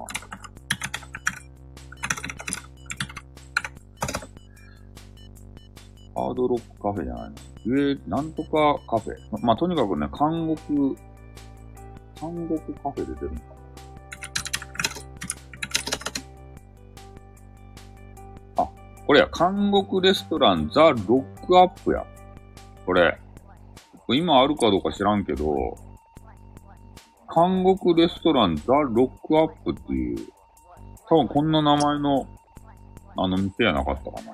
ハードロックカフェじゃないの。ジュエル、なんとかカフェ。ま、まあ、とにかくね、韓国、韓国カフェで出るのかな。これや、韓国レストランザ・ロックアップや。これ。今あるかどうか知らんけど、韓国レストランザ・ロックアップっていう、多分こんな名前の、あの店やなかったかな。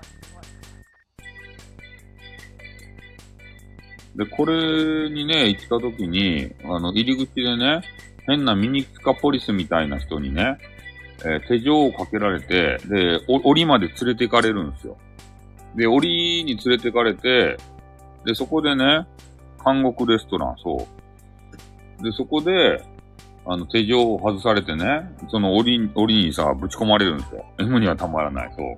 で、これにね、行った時に、あの、入り口でね、変なミニスカポリスみたいな人にね、えー、手錠をかけられて、で、檻まで連れて行かれるんですよ。で、檻に連れて行かれて、で、そこでね、韓国レストラン、そう。で、そこで、あの、手錠を外されてね、その檻、檻にさ、ぶち込まれるんですよ。M にはたまらない、そう。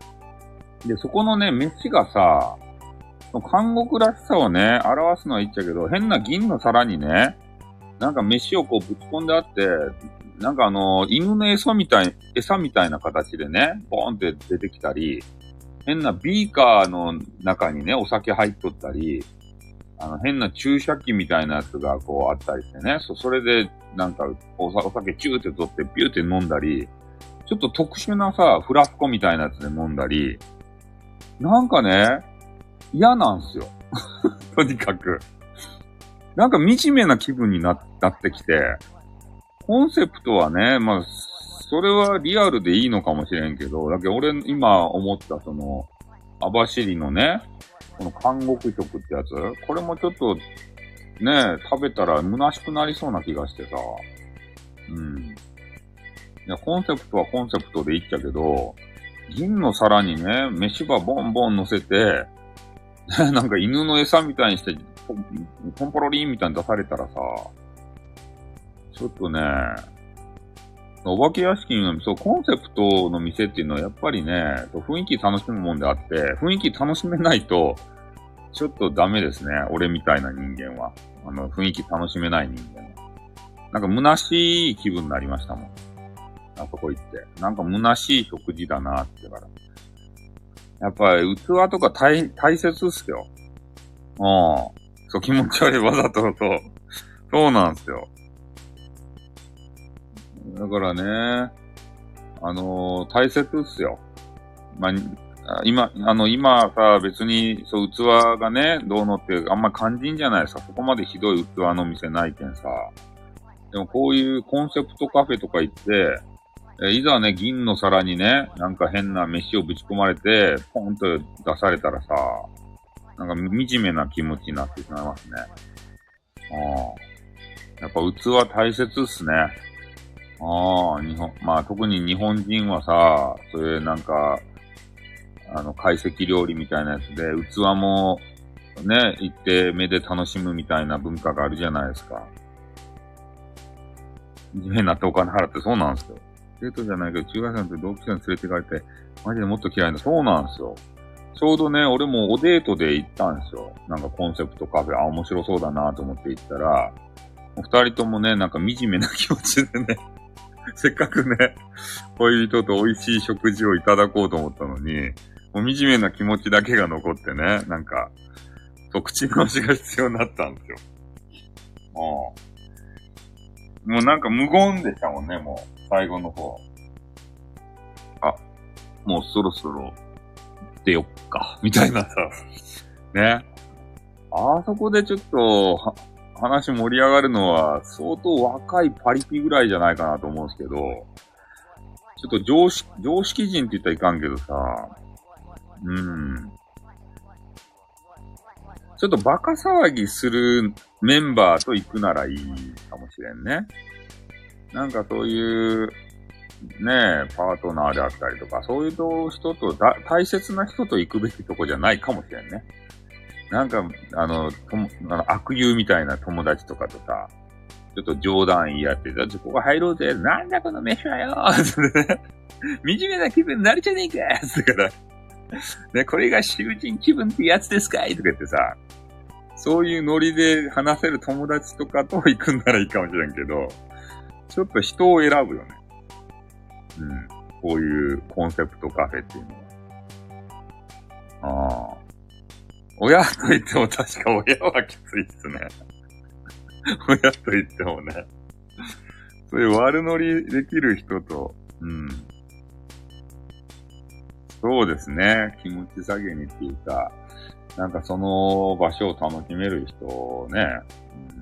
で、そこのね、飯がさ、韓国らしさをね、表すのは言っちゃうけど、変な銀の皿にね、なんか飯をこうぶち込んであって、なんかあの、犬の餌みたい、餌みたいな形でね、ボーンって出てきたり、変なビーカーの中にね、お酒入っとったり、あの、変な注射器みたいなやつがこうあったりしてね、そ、それでなんかお、お酒チューって取ってビューって飲んだり、ちょっと特殊なさ、フラスコみたいなやつで飲んだり、なんかね、嫌なんすよ。とにかく。なんか惨めな気分にな、なってきて、コンセプトはね、まあ、それはリアルでいいのかもしれんけど、だけど俺今思ったその、網走のね、この韓国食ってやつ、これもちょっと、ね、食べたら虚しくなりそうな気がしてさ。うん。いや、コンセプトはコンセプトでいいっちゃけど、銀の皿にね、飯ばボンボン乗せて、なんか犬の餌みたいにして、ポン、ポンポロリンみたいに出されたらさ、ちょっとね、お化け屋敷の、そう、コンセプトの店っていうのはやっぱりね、雰囲気楽しむもんであって、雰囲気楽しめないと、ちょっとダメですね。俺みたいな人間は。あの、雰囲気楽しめない人間は。なんか虚しい気分になりましたもん。 あそこ行って。なんか虚しい食事だなってから。やっぱり器とか大、大切っすよ。うん。そう、気持ち悪いわざとそう。そうなんですよ。だからね、あのー、大切っすよ。まあ、今、あの、今さ、別に、そう、器がね、どうのってあんま感じんじゃないですか。そこまでひどい器の店ないけんさ。でもこういうコンセプトカフェとか行って、えいざね、銀の皿にね、なんか変な飯をぶち込まれて、ポンと出されたらさ、なんか惨めな気持ちになってしまいますね。ああ。やっぱ器大切っすね。ああ、日本、まあ特に日本人はさ、そういうなんか、あの、懐石料理みたいなやつで、器もね、行って目で楽しむみたいな文化があるじゃないですか。地面になってお金払ってそうなんですよ。生徒じゃないけど、中学生の時同期生に連れて行かれて、マジでもっと嫌いな。そうなんですよ。ちょうどね、俺もおデートで行ったんですよ。なんかコンセプトカフェ、あ、面白そうだなと思って行ったら、二人ともね、なんか惨めな気持ちでね、せっかくね、恋人と美味しい食事をいただこうと思ったのに、もう惨めな気持ちだけが残ってね、なんか、そう、口直しが必要になったんですよ。ああ。もうなんか無言でしたもんね、もう。最後の方。あ、もうそろそろ出よっか、みたいなさ。ね。あそこでちょっと、は、話盛り上がるのは、相当若いパリピぐらいじゃないかなと思うんですけど、ちょっと常識、常識人って言ったらいかんけどさ、うん。ちょっとバカ騒ぎするメンバーと行くならいいかもしれんね。なんかそういう、ねえ、パートナーであったりとか、そういう人とだ、大切な人と行くべきとこじゃないかもしれんね。なんか、あの、ともあの悪友みたいな友達とかとさ、ちょっと冗談言い合って、じゃあここ入ろうぜ、なんだこの飯はよってね、惨めな気分になるじゃねえかってから、ね、これが囚人気分ってやつですかいとか言ってさ、そういうノリで話せる友達とかと行くんならいいかもしれんけど、ちょっと人を選ぶよね。うん。こういうコンセプトカフェっていうのは。ああ。親と言っても確か親はきついっすね。親と言ってもね。そういう悪乗りできる人と、うん。そうですね。気持ち下げにっていうか、なんかその場所を楽しめる人ね。うん、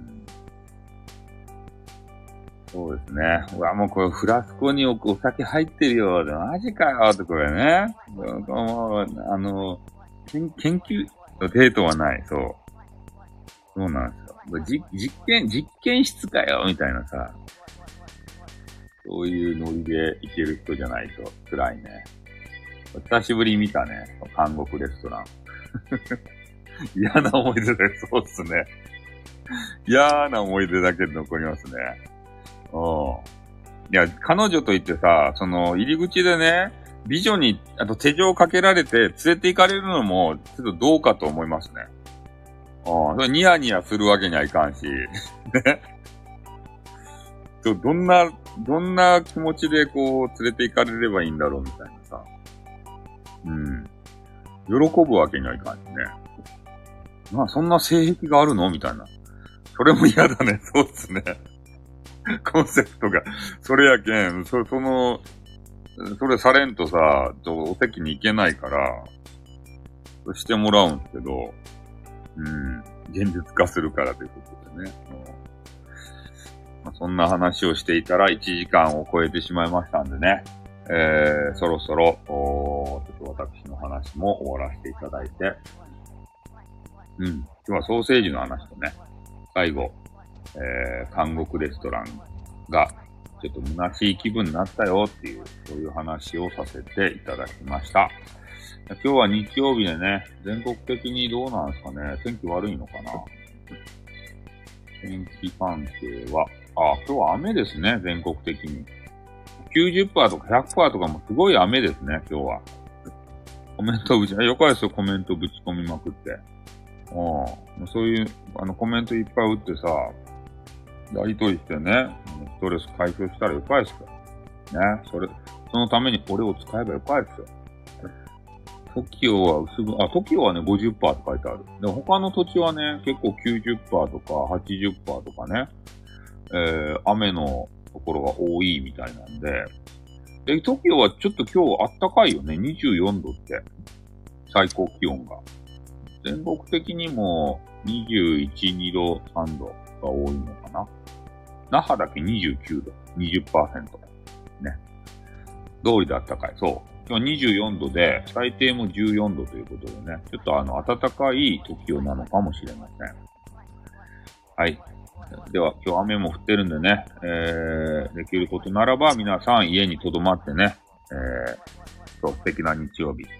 そうですね。うわ、もうこれフラスコにお酒入ってるよ。マジかよってこれね。もう、あの、研究、デートはない。そう。そうなんですよ。じ実験、実験室かよみたいなさ。そういうノリで行ける人じゃないと辛いね。久しぶりに見たね。韓国レストラン。嫌な思い出で、そうっすね。嫌な思い出だけで残りますね。うん。いや、彼女といってさ、その、入り口でね、美女に、あと手錠かけられて連れて行かれるのも、ちょっとどうかと思いますね。うん。それニヤニヤするわけにはいかんし。ね。ど、どんな、どんな気持ちでこう、連れて行かれればいいんだろうみたいなさ。うん。喜ぶわけにはいかんしね。まあ、そんな性癖があるのみたいな。それも嫌だね。そうっすね。コンセプトが、それやけん、そ、その、それされんとさ、お席に行けないから、してもらうんですけど、うん、現実化するからということでね。まあ、そんな話をしていたらいちじかんを超えてしまいましたんでね、えー、そろそろ、おちょっと私の話も終わらせていただいて、うん、今日はソーセージの話とね、最後、えー、韓国レストランが、ちょっと虚しい気分になったよっていう、そういう話をさせていただきました。今日は日曜日でね、全国的にどうなんですかね、天気悪いのかな。天気関係は、あ、今日は雨ですね、全国的に。きゅうじゅっパーセントとか ひゃくパーセント とかもすごい雨ですね、今日は。コメントぶち、よかですよ、コメントぶち込みまくって。うん。そういう、あの、コメントいっぱい打ってさ、やりとりしてね、ストレス解消したらよかですか。 それ、そのためにこれを使えばよかいですよ。トキオは薄ぐ、あ、トキオはね、ごじゅっパーセントって書いてある。で、他の土地はね、結構きゅうじゅっパーセントとかはちじゅっパーセントとかね、えー、雨のところが多いみたいなんで、で、トキオはちょっと今日あったかいよね。にじゅうよんどって。最高気温が。全国的にもにじゅういち、にど、さんどが多いのかな。那覇だけにじゅうきゅうど、にじゅっパーセント。ね。通りであったかい。そう。今日にじゅうよんどで、最低もじゅうよんどということでね、ちょっとあの、暖かい時なのかもしれません。はい。では、今日雨も降ってるんでね、えー、できることならば皆さん家に留まってね、えー、そう、素敵な日曜日、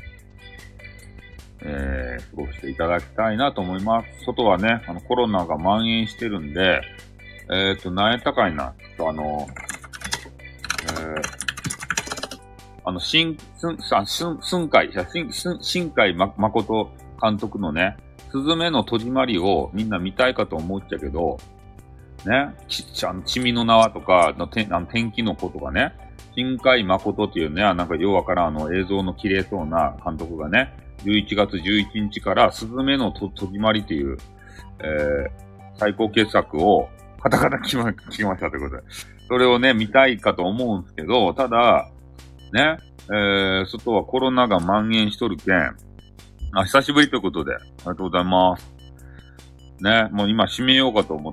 えー、過ごしていただきたいなと思います。外はね、あの、コロナが蔓延してるんで、えーと、何やったかいな、ちょっとあの、えー、あの、新、すん、さ、すん、すんかい、新、すん、新海ま、誠監督のね、すずめの戸締まりをみんな見たいかと思っちゃけど、ね、ち、ちゃん、ちみの縄とかの天、あの天気の子とかね、新海誠っていうね、なんかようわからんあの映像の綺麗そうな監督がね、じゅういちがつじゅういちにちからすずめの戸締まりっていう、えー、最高傑作をカタカタ聞きま、聞きましたということで。それをね、見たいかと思うんですけど、ただ、ね、えー、外はコロナが蔓延しとるけん、あ、久しぶりということで、ありがとうございます。ね、もう今締めようかと思って、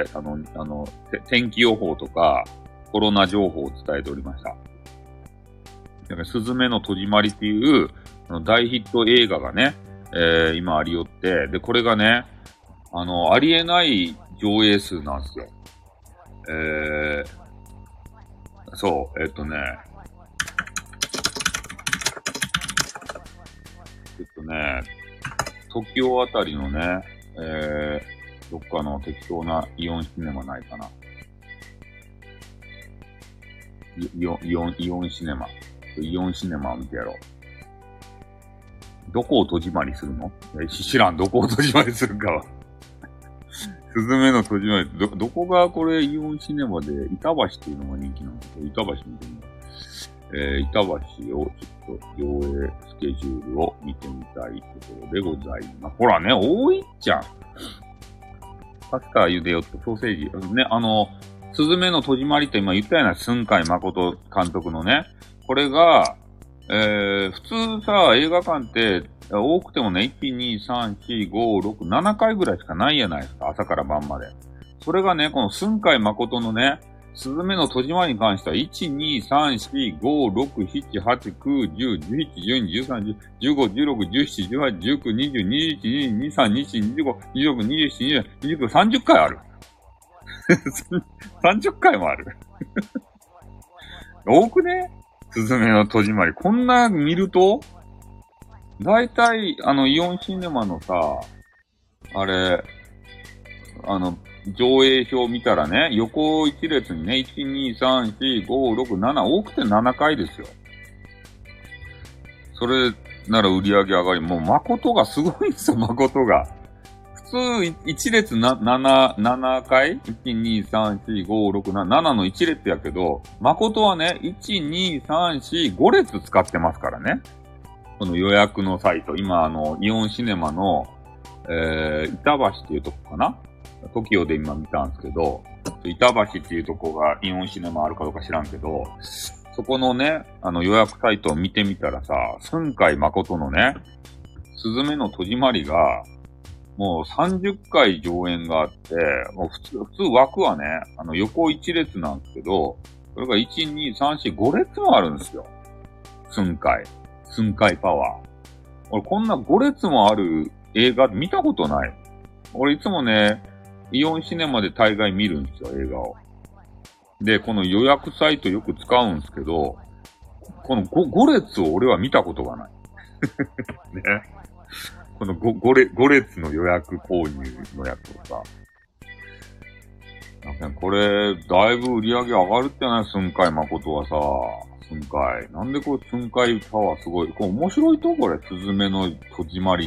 あの、あの、天気予報とか、コロナ情報を伝えておりました。だから、すずめの戸締まりっていう、あの大ヒット映画がね、えー、今ありよって、で、これがね、あの、ありえない上映数なんですよ。えー、そう、えっとね、えっとね、東京あたりのね、えー、どっかの適当なイオンシネマないかな。イオン、イオン、イオンシネマ。イオンシネマを見てやろう。どこを戸締まりするの？え、知らん、どこを戸締まりするかは。すずめの戸締まり、ど、どこがこれイオンシネマで、板橋っていうのが人気なの？板橋見てみよう。えー、板橋をちょっと上映スケジュールを見てみたいところでございます。ほらね、多いっちゃん。パスタ茹でよってソーセージ。ね、あの、すずめの戸締まりって今言ったような寸海誠監督のね、これが、えー、普通さ、映画館って多くてもね、いち、に、さん、よん、ご、ろく、ななかいぐらいしかないじゃないですか、朝から晩まで。それがね、この寸海誠のね、すずめの戸締まりに関しては、いち、に、さん、よん、ご、ろく、なな、はち、きゅう、じゅう、じゅういち、じゅうに、じゅうさん、じゅうご、じゅうろく、じゅうなな、じゅうはち、じゅうきゅう、にじゅう、にじゅういち、にじゅうに、にじゅうさん、にじゅうよん、にじゅうご、にじゅうろく、にじゅうなな、にじゅうはち、にじゅうきゅう、さんじゅっかいある。さんじゅっかいもある。多くね？すずめの戸締まり。こんな見ると、だいたい、あの、イオンシネマのさ、あれ、あの、上映表見たらね、横一列にね、いち、に、さん、よん、ご、ろく、なな、多くてななかいですよ。それなら売り上げ上がり、もう誠がすごいんですよ、誠が。普通、一列な、なな、ななかい ?いち、に、さん、よん、ご、ろく、なな、ななの一列やけど、誠はね、いち、に、さん、よん、ご列使ってますからね。この予約のサイト。今、あの、イオンシネマの、えー、板橋っていうとこかな？トキオで今見たんですけど、板橋っていうとこがイオンシネマあるかどうか知らんけど、そこのね、あの予約サイトを見てみたらさ、寸海誠のね、すずめの戸締まりが、もうさんじゅっかい上演があって、もう普通、普通枠はね、あの横一列なんですけど、それがいち、に、さん、よん、ご列もあるんですよ。寸海。寸海パワー。俺こんなご列もある映画見たことない。俺いつもね、イオンシネマで大概見るんですよ、映画を。で、この予約サイトよく使うんですけど、この 5, ご列を俺は見たことがない。ね。この 5, 5, 列ご列の予約購入のやつをさ。なんかこれ、だいぶ売り上げ上がるってない？寸海誠はさ、寸海。なんでこれ寸海パワーすごい。これ面白いとこれ、すずめの戸締まりって。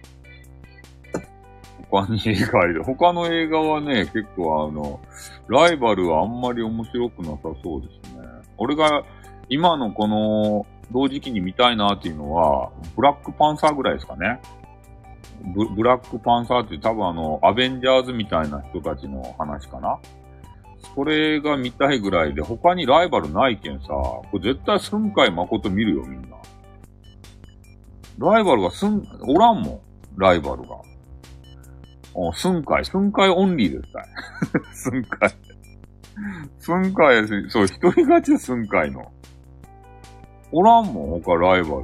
他に映画ありで。他の映画はね、結構あの、ライバルはあんまり面白くなさそうですね。 俺が今のこの同時期に見たいなっていうのは、ブラックパンサーぐらいですかね。ブ, ブラックパンサーって多分あの、アベンジャーズみたいな人たちの話かな。それが見たいぐらいで、他にライバルないけんさ、これ絶対寸海誠見るよ、みんな。ライバルがすん、おらんもん、ライバルが。お、寸海、寸海オンリーですかい。寸海。寸海、そう、一人勝ちで寸海の。おらんもん、他ライバル。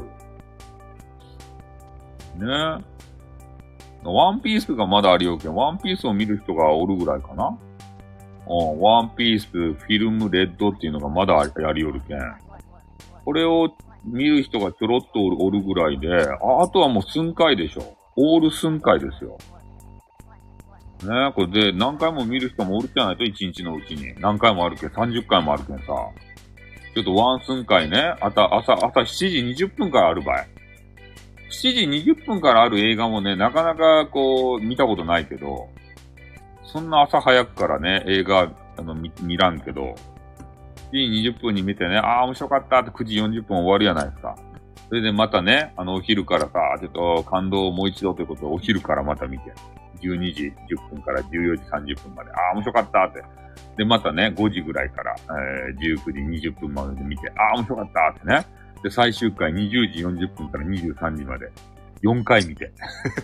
ねえ。ワンピースがまだありよけん、ワンピースを見る人がおるぐらいかな。うん、ワンピース、フィルムレッドっていうのがまだやりよるけん。これを見る人がちょろっとおるぐらいで、あ、あとはもう寸海でしょ。オール寸海ですよ。ねえ、これで何回も見る人もおるじゃないと、一日のうちに。何回もあるけん、さんじゅっかいもあるけんさ。ちょっとワン寸海ね、あた、朝、朝しちじにじゅっぷんからあるばい。しちじにじゅっぷんからある映画もね、なかなかこう、見たことないけど、そんな朝早くからね、映画、あの、見、見らんけど、しちじにじゅっぷんに見てね、ああ、面白かったってくじよんじゅっぷん終わるやないですか。それでまたね、あの、お昼からさ、ちょっと感動をもう一度ということで、お昼からまた見て、じゅうにじじゅっぷんからじゅうよじさんじゅっぷんまで、ああ、面白かったって。で、またね、ごじぐらいから、えー、じゅうくじにじゅっぷんまで見て、ああ、面白かったってね。で、最終回にじゅうじよんじゅっぷんからにじゅうさんじまで、よんかい見て。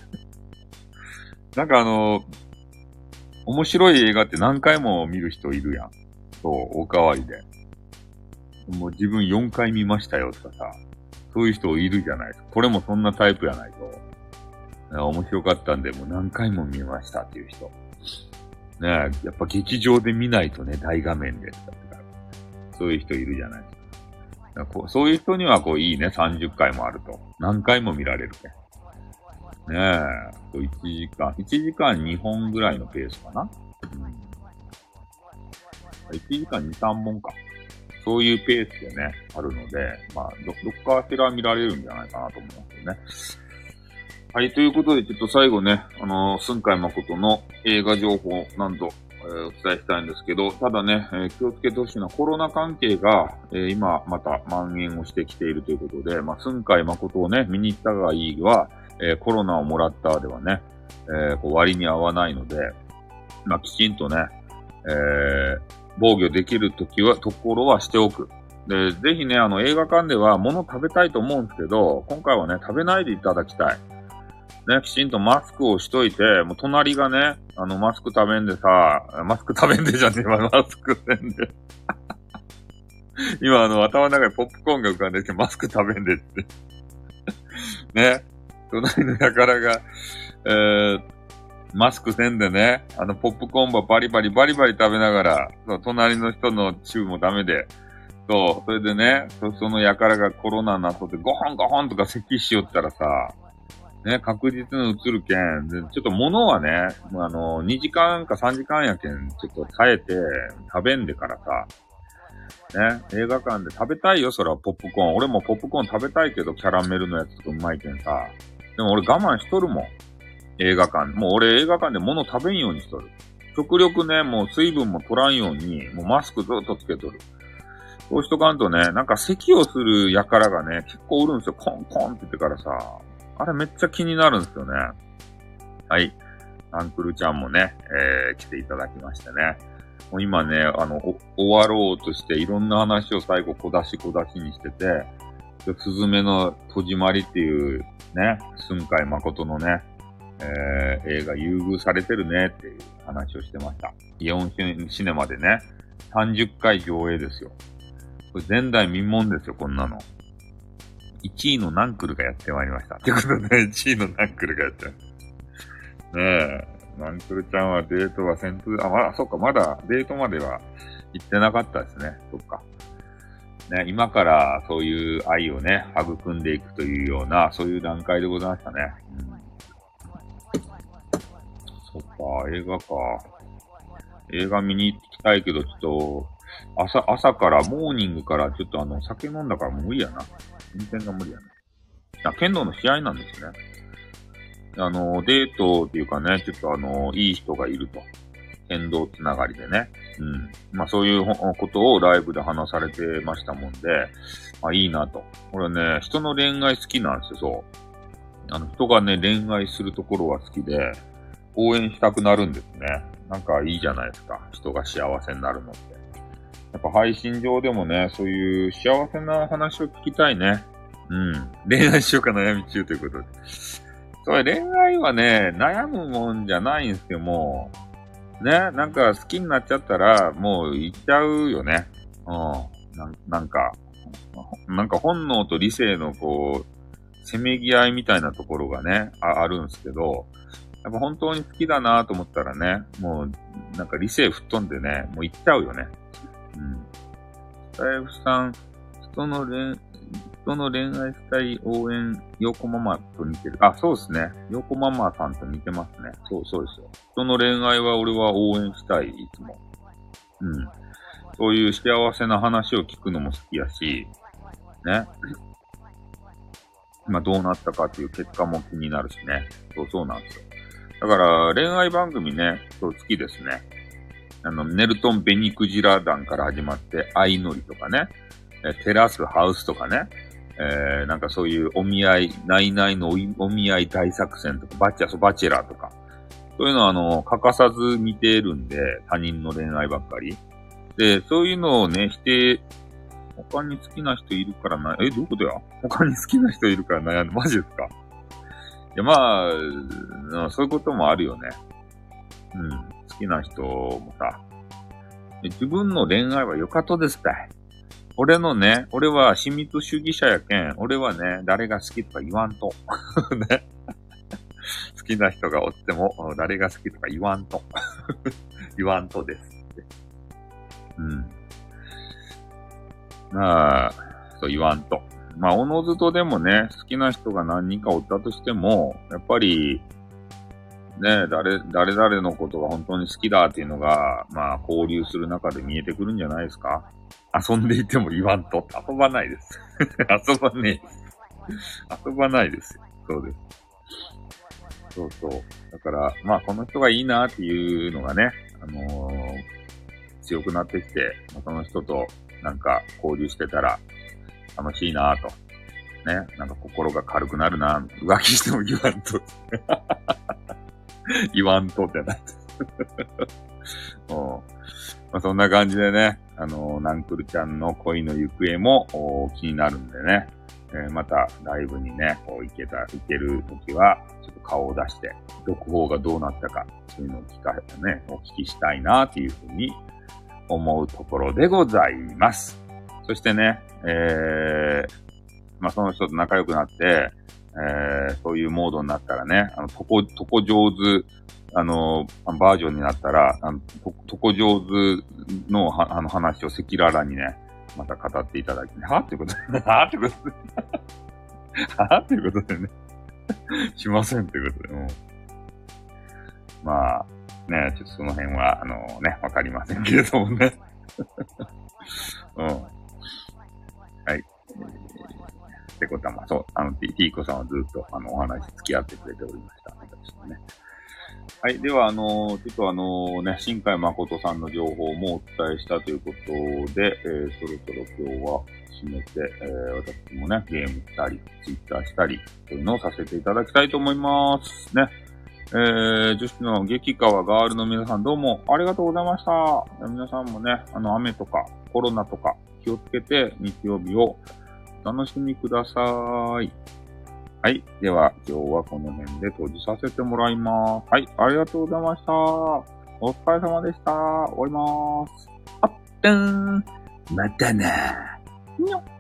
なんかあの、面白い映画って何回も見る人いるやん。そう、おかわりで。もう自分よんかい見ましたよとかさ、そういう人いるじゃないですか。これもそんなタイプやないと。面白かったんで、もう何回も見ましたっていう人。ねえ、やっぱ劇場で見ないとね、大画面でとか。そういう人いるじゃないですか。こうそういう人にはこういいね、さんじゅっかいもあると。何回も見られるね。ねえ、いちじかん、いちじかんにほんぐらいのペースかな、うん、いちじかんに、さんぼんか。そういうペースでね、あるので、まあ、ど、どっかしら見られるんじゃないかなと思うんですよね。はい、ということで、ちょっと最後ね、あのー、寸海誠の映画情報など、えー、お伝えしたいんですけど、ただね、えー、気をつけてほしいのはコロナ関係が、えー、今また蔓延をしてきているということで、まあ、寸海誠をね、見に行ったがいいは、えー、コロナをもらったではね、えー、こう割に合わないので、まあ、きちんとね、えー、防御できるときは、ところはしておく。で、ぜひね、あの、映画館では物食べたいと思うんですけど、今回はね、食べないでいただきたい。ね、きちんとマスクをしといて、もう隣がね、あの、マスク食べんでさ、マスク食べんでじゃねえわ、マスクせんで。今、あの、頭の中にポップコーンが浮かんできて、マスク食べんでって。ね、隣のやからが、えー、マスクせんでね、あの、ポップコーンばバリバリバリバリ食べながら、そう、隣の人のチューもダメで、そう、それでね、そ, そのやからがコロナになっとって、ごほんごほんとか咳しよったらさ、ね、確実に映るけん、でちょっと物はね、あの、にじかんかさんじかんやけん、ちょっと耐えて、食べんでからさ、ね、映画館で食べたいよ、それはポップコーン。俺もポップコーン食べたいけど、キャラメルのやつとかうまいけんさ。でも俺我慢しとるもん。映画館。もう俺映画館で物食べんようにしとる。極力ね、もう水分も取らんように、もうマスクずっとつけとる。そうしとかんとね、なんか咳をする輩がね、結構おるんですよ。コンコンって言ってからさ。あれめっちゃ気になるんですよね。はい。アンクルちゃんもね、えー、来ていただきましてね。もう今ね、あの、終わろうとしていろんな話を最後小出し小出しにしてて、すずめの戸締まりっていうね、寸海誠のね、えー、映画優遇されてるねっていう話をしてました。イオンシネマでね、さんじゅっかい上映ですよ。これ前代未聞ですよ、こんなの。いちいのナンクルがやってまいりました。ってことで、いちいのナンクルがやってまいりました。ねえ、ナンクルちゃんはデートはせんと、あ、まだ、そっか、まだデートまでは行ってなかったですね。そっか。ね、今からそういう愛をね、育んでいくというような、そういう段階でございましたね。うん、そっか、映画か。映画見に行きたいけど、ちょっと、朝、朝から、モーニングから、ちょっとあの、酒飲んだからもう無理やな。運転が無理やな。あ、剣道の試合なんですね。あの、デートっていうかね、ちょっとあの、いい人がいると。 剣道つながりでね。うん。まあそういうことをライブで話されてましたもんで、あ、いいなと。俺ね、人の恋愛好きなんですよ、そう。あの、人がね、恋愛するところは好きで、応援したくなるんですね。なんかいいじゃないですか。人が幸せになるのって。やっぱ配信上でもね、そういう幸せな話を聞きたいね。うん。恋愛しようか悩み中ということで。それ恋愛はね、悩むもんじゃないんですけども、ね、なんか好きになっちゃったら、もう行っちゃうよね。うん。ななんか、なんか本能と理性のこう、せめぎ合いみたいなところがね、あ, あるんですけど、やっぱ本当に好きだなと思ったらね、もう、なんか理性吹っ飛んでね、もう行っちゃうよね。うん。スタイフさん、人の恋、人の恋愛したい応援、ヨーコママと似てる。あ、そうですね。ヨーコママさんと似てますね。そう、そうですよ。人の恋愛は俺は応援したい、いつも。うん。そういう幸せな話を聞くのも好きやし、ね。まあどうなったかっていう結果も気になるしね。そうそうなんですよ。だから恋愛番組ね、そう好きですね。あの、ネルトン・ベニクジラ団から始まって、相乗りとかね、テラスハウスとかね、えー、なんかそういうお見合い、ないないのお見合い大作戦とか、バチャ、バチェラーとか、そういうのはあの、欠かさず見てるんで、他人の恋愛ばっかり。で、そういうのをね、否定、他に好きな人いるからな、え、どういうことや他に好きな人いるから悩んで、マジですか？いや、まあ、そういうこともあるよね。うん。好きな人もさ、自分の恋愛はよかとですたい。俺のね、俺は秘密主義者やけん、俺はね、誰が好きとか言わんと。ね。好きな人がおっても、誰が好きとか言わんと。言わんとですって。うん。まあ、そう言わんと。まあ、おのずとでもね、好きな人が何人かおったとしても、やっぱり、ね、誰、誰々のことが本当に好きだっていうのが、まあ、交流する中で見えてくるんじゃないですか。遊んでいても言わんと。遊ばないです。遊ばねえ。遊ばないですよ。そうです。そうそう。だから、まあ、この人がいいなっていうのがね、あのー、強くなってきて、その人となんか交流してたら楽しいなと。ね。なんか心が軽くなるな。浮気しても言わんと。言わんとってな。うん。まあ、そんな感じでね、あのー、ナンクルちゃんの恋の行方も気になるんでね、えー、またライブにね、こう行けた、行けるときは、ちょっと顔を出して、続報がどうなったか、そういうのを聞か、ね、お聞きしたいなっていうふうに思うところでございます。そしてね、えー、まあ、その人と仲良くなって、えー、そういうモードになったらね、あの、とこ、とこ上手、あの、バージョンになったら、あの、と、とこ上手の、は、あの話を赤裸々にね、また語っていただき、はってことで、はってことで、はっていうことでね、しませんっていうことで、うん。まあ、ね、ちょっとその辺は、あのね、わかりませんけれどもね。うん。はい。ってことは、まあ、そう、あの、ティーコさんはずっと、あの、お話付き合ってくれておりました。私もね。はい。では、あの、ちょっとあのね、新海誠さんの情報もお伝えしたということで、えー、そろそろ今日は締めて、えー、私もね、ゲームしたり、ツイッターしたり、そういうのをさせていただきたいと思います。ね。えー、女子の激川ガールの皆さんどうもありがとうございました。皆さんもね、あの、雨とかコロナとか気をつけて日曜日をお楽しみください。はい。では、今日はこの辺で閉じさせてもらいます。はい。ありがとうございました。お疲れ様でした。終わります。あっ、てーん。またな。にょっ。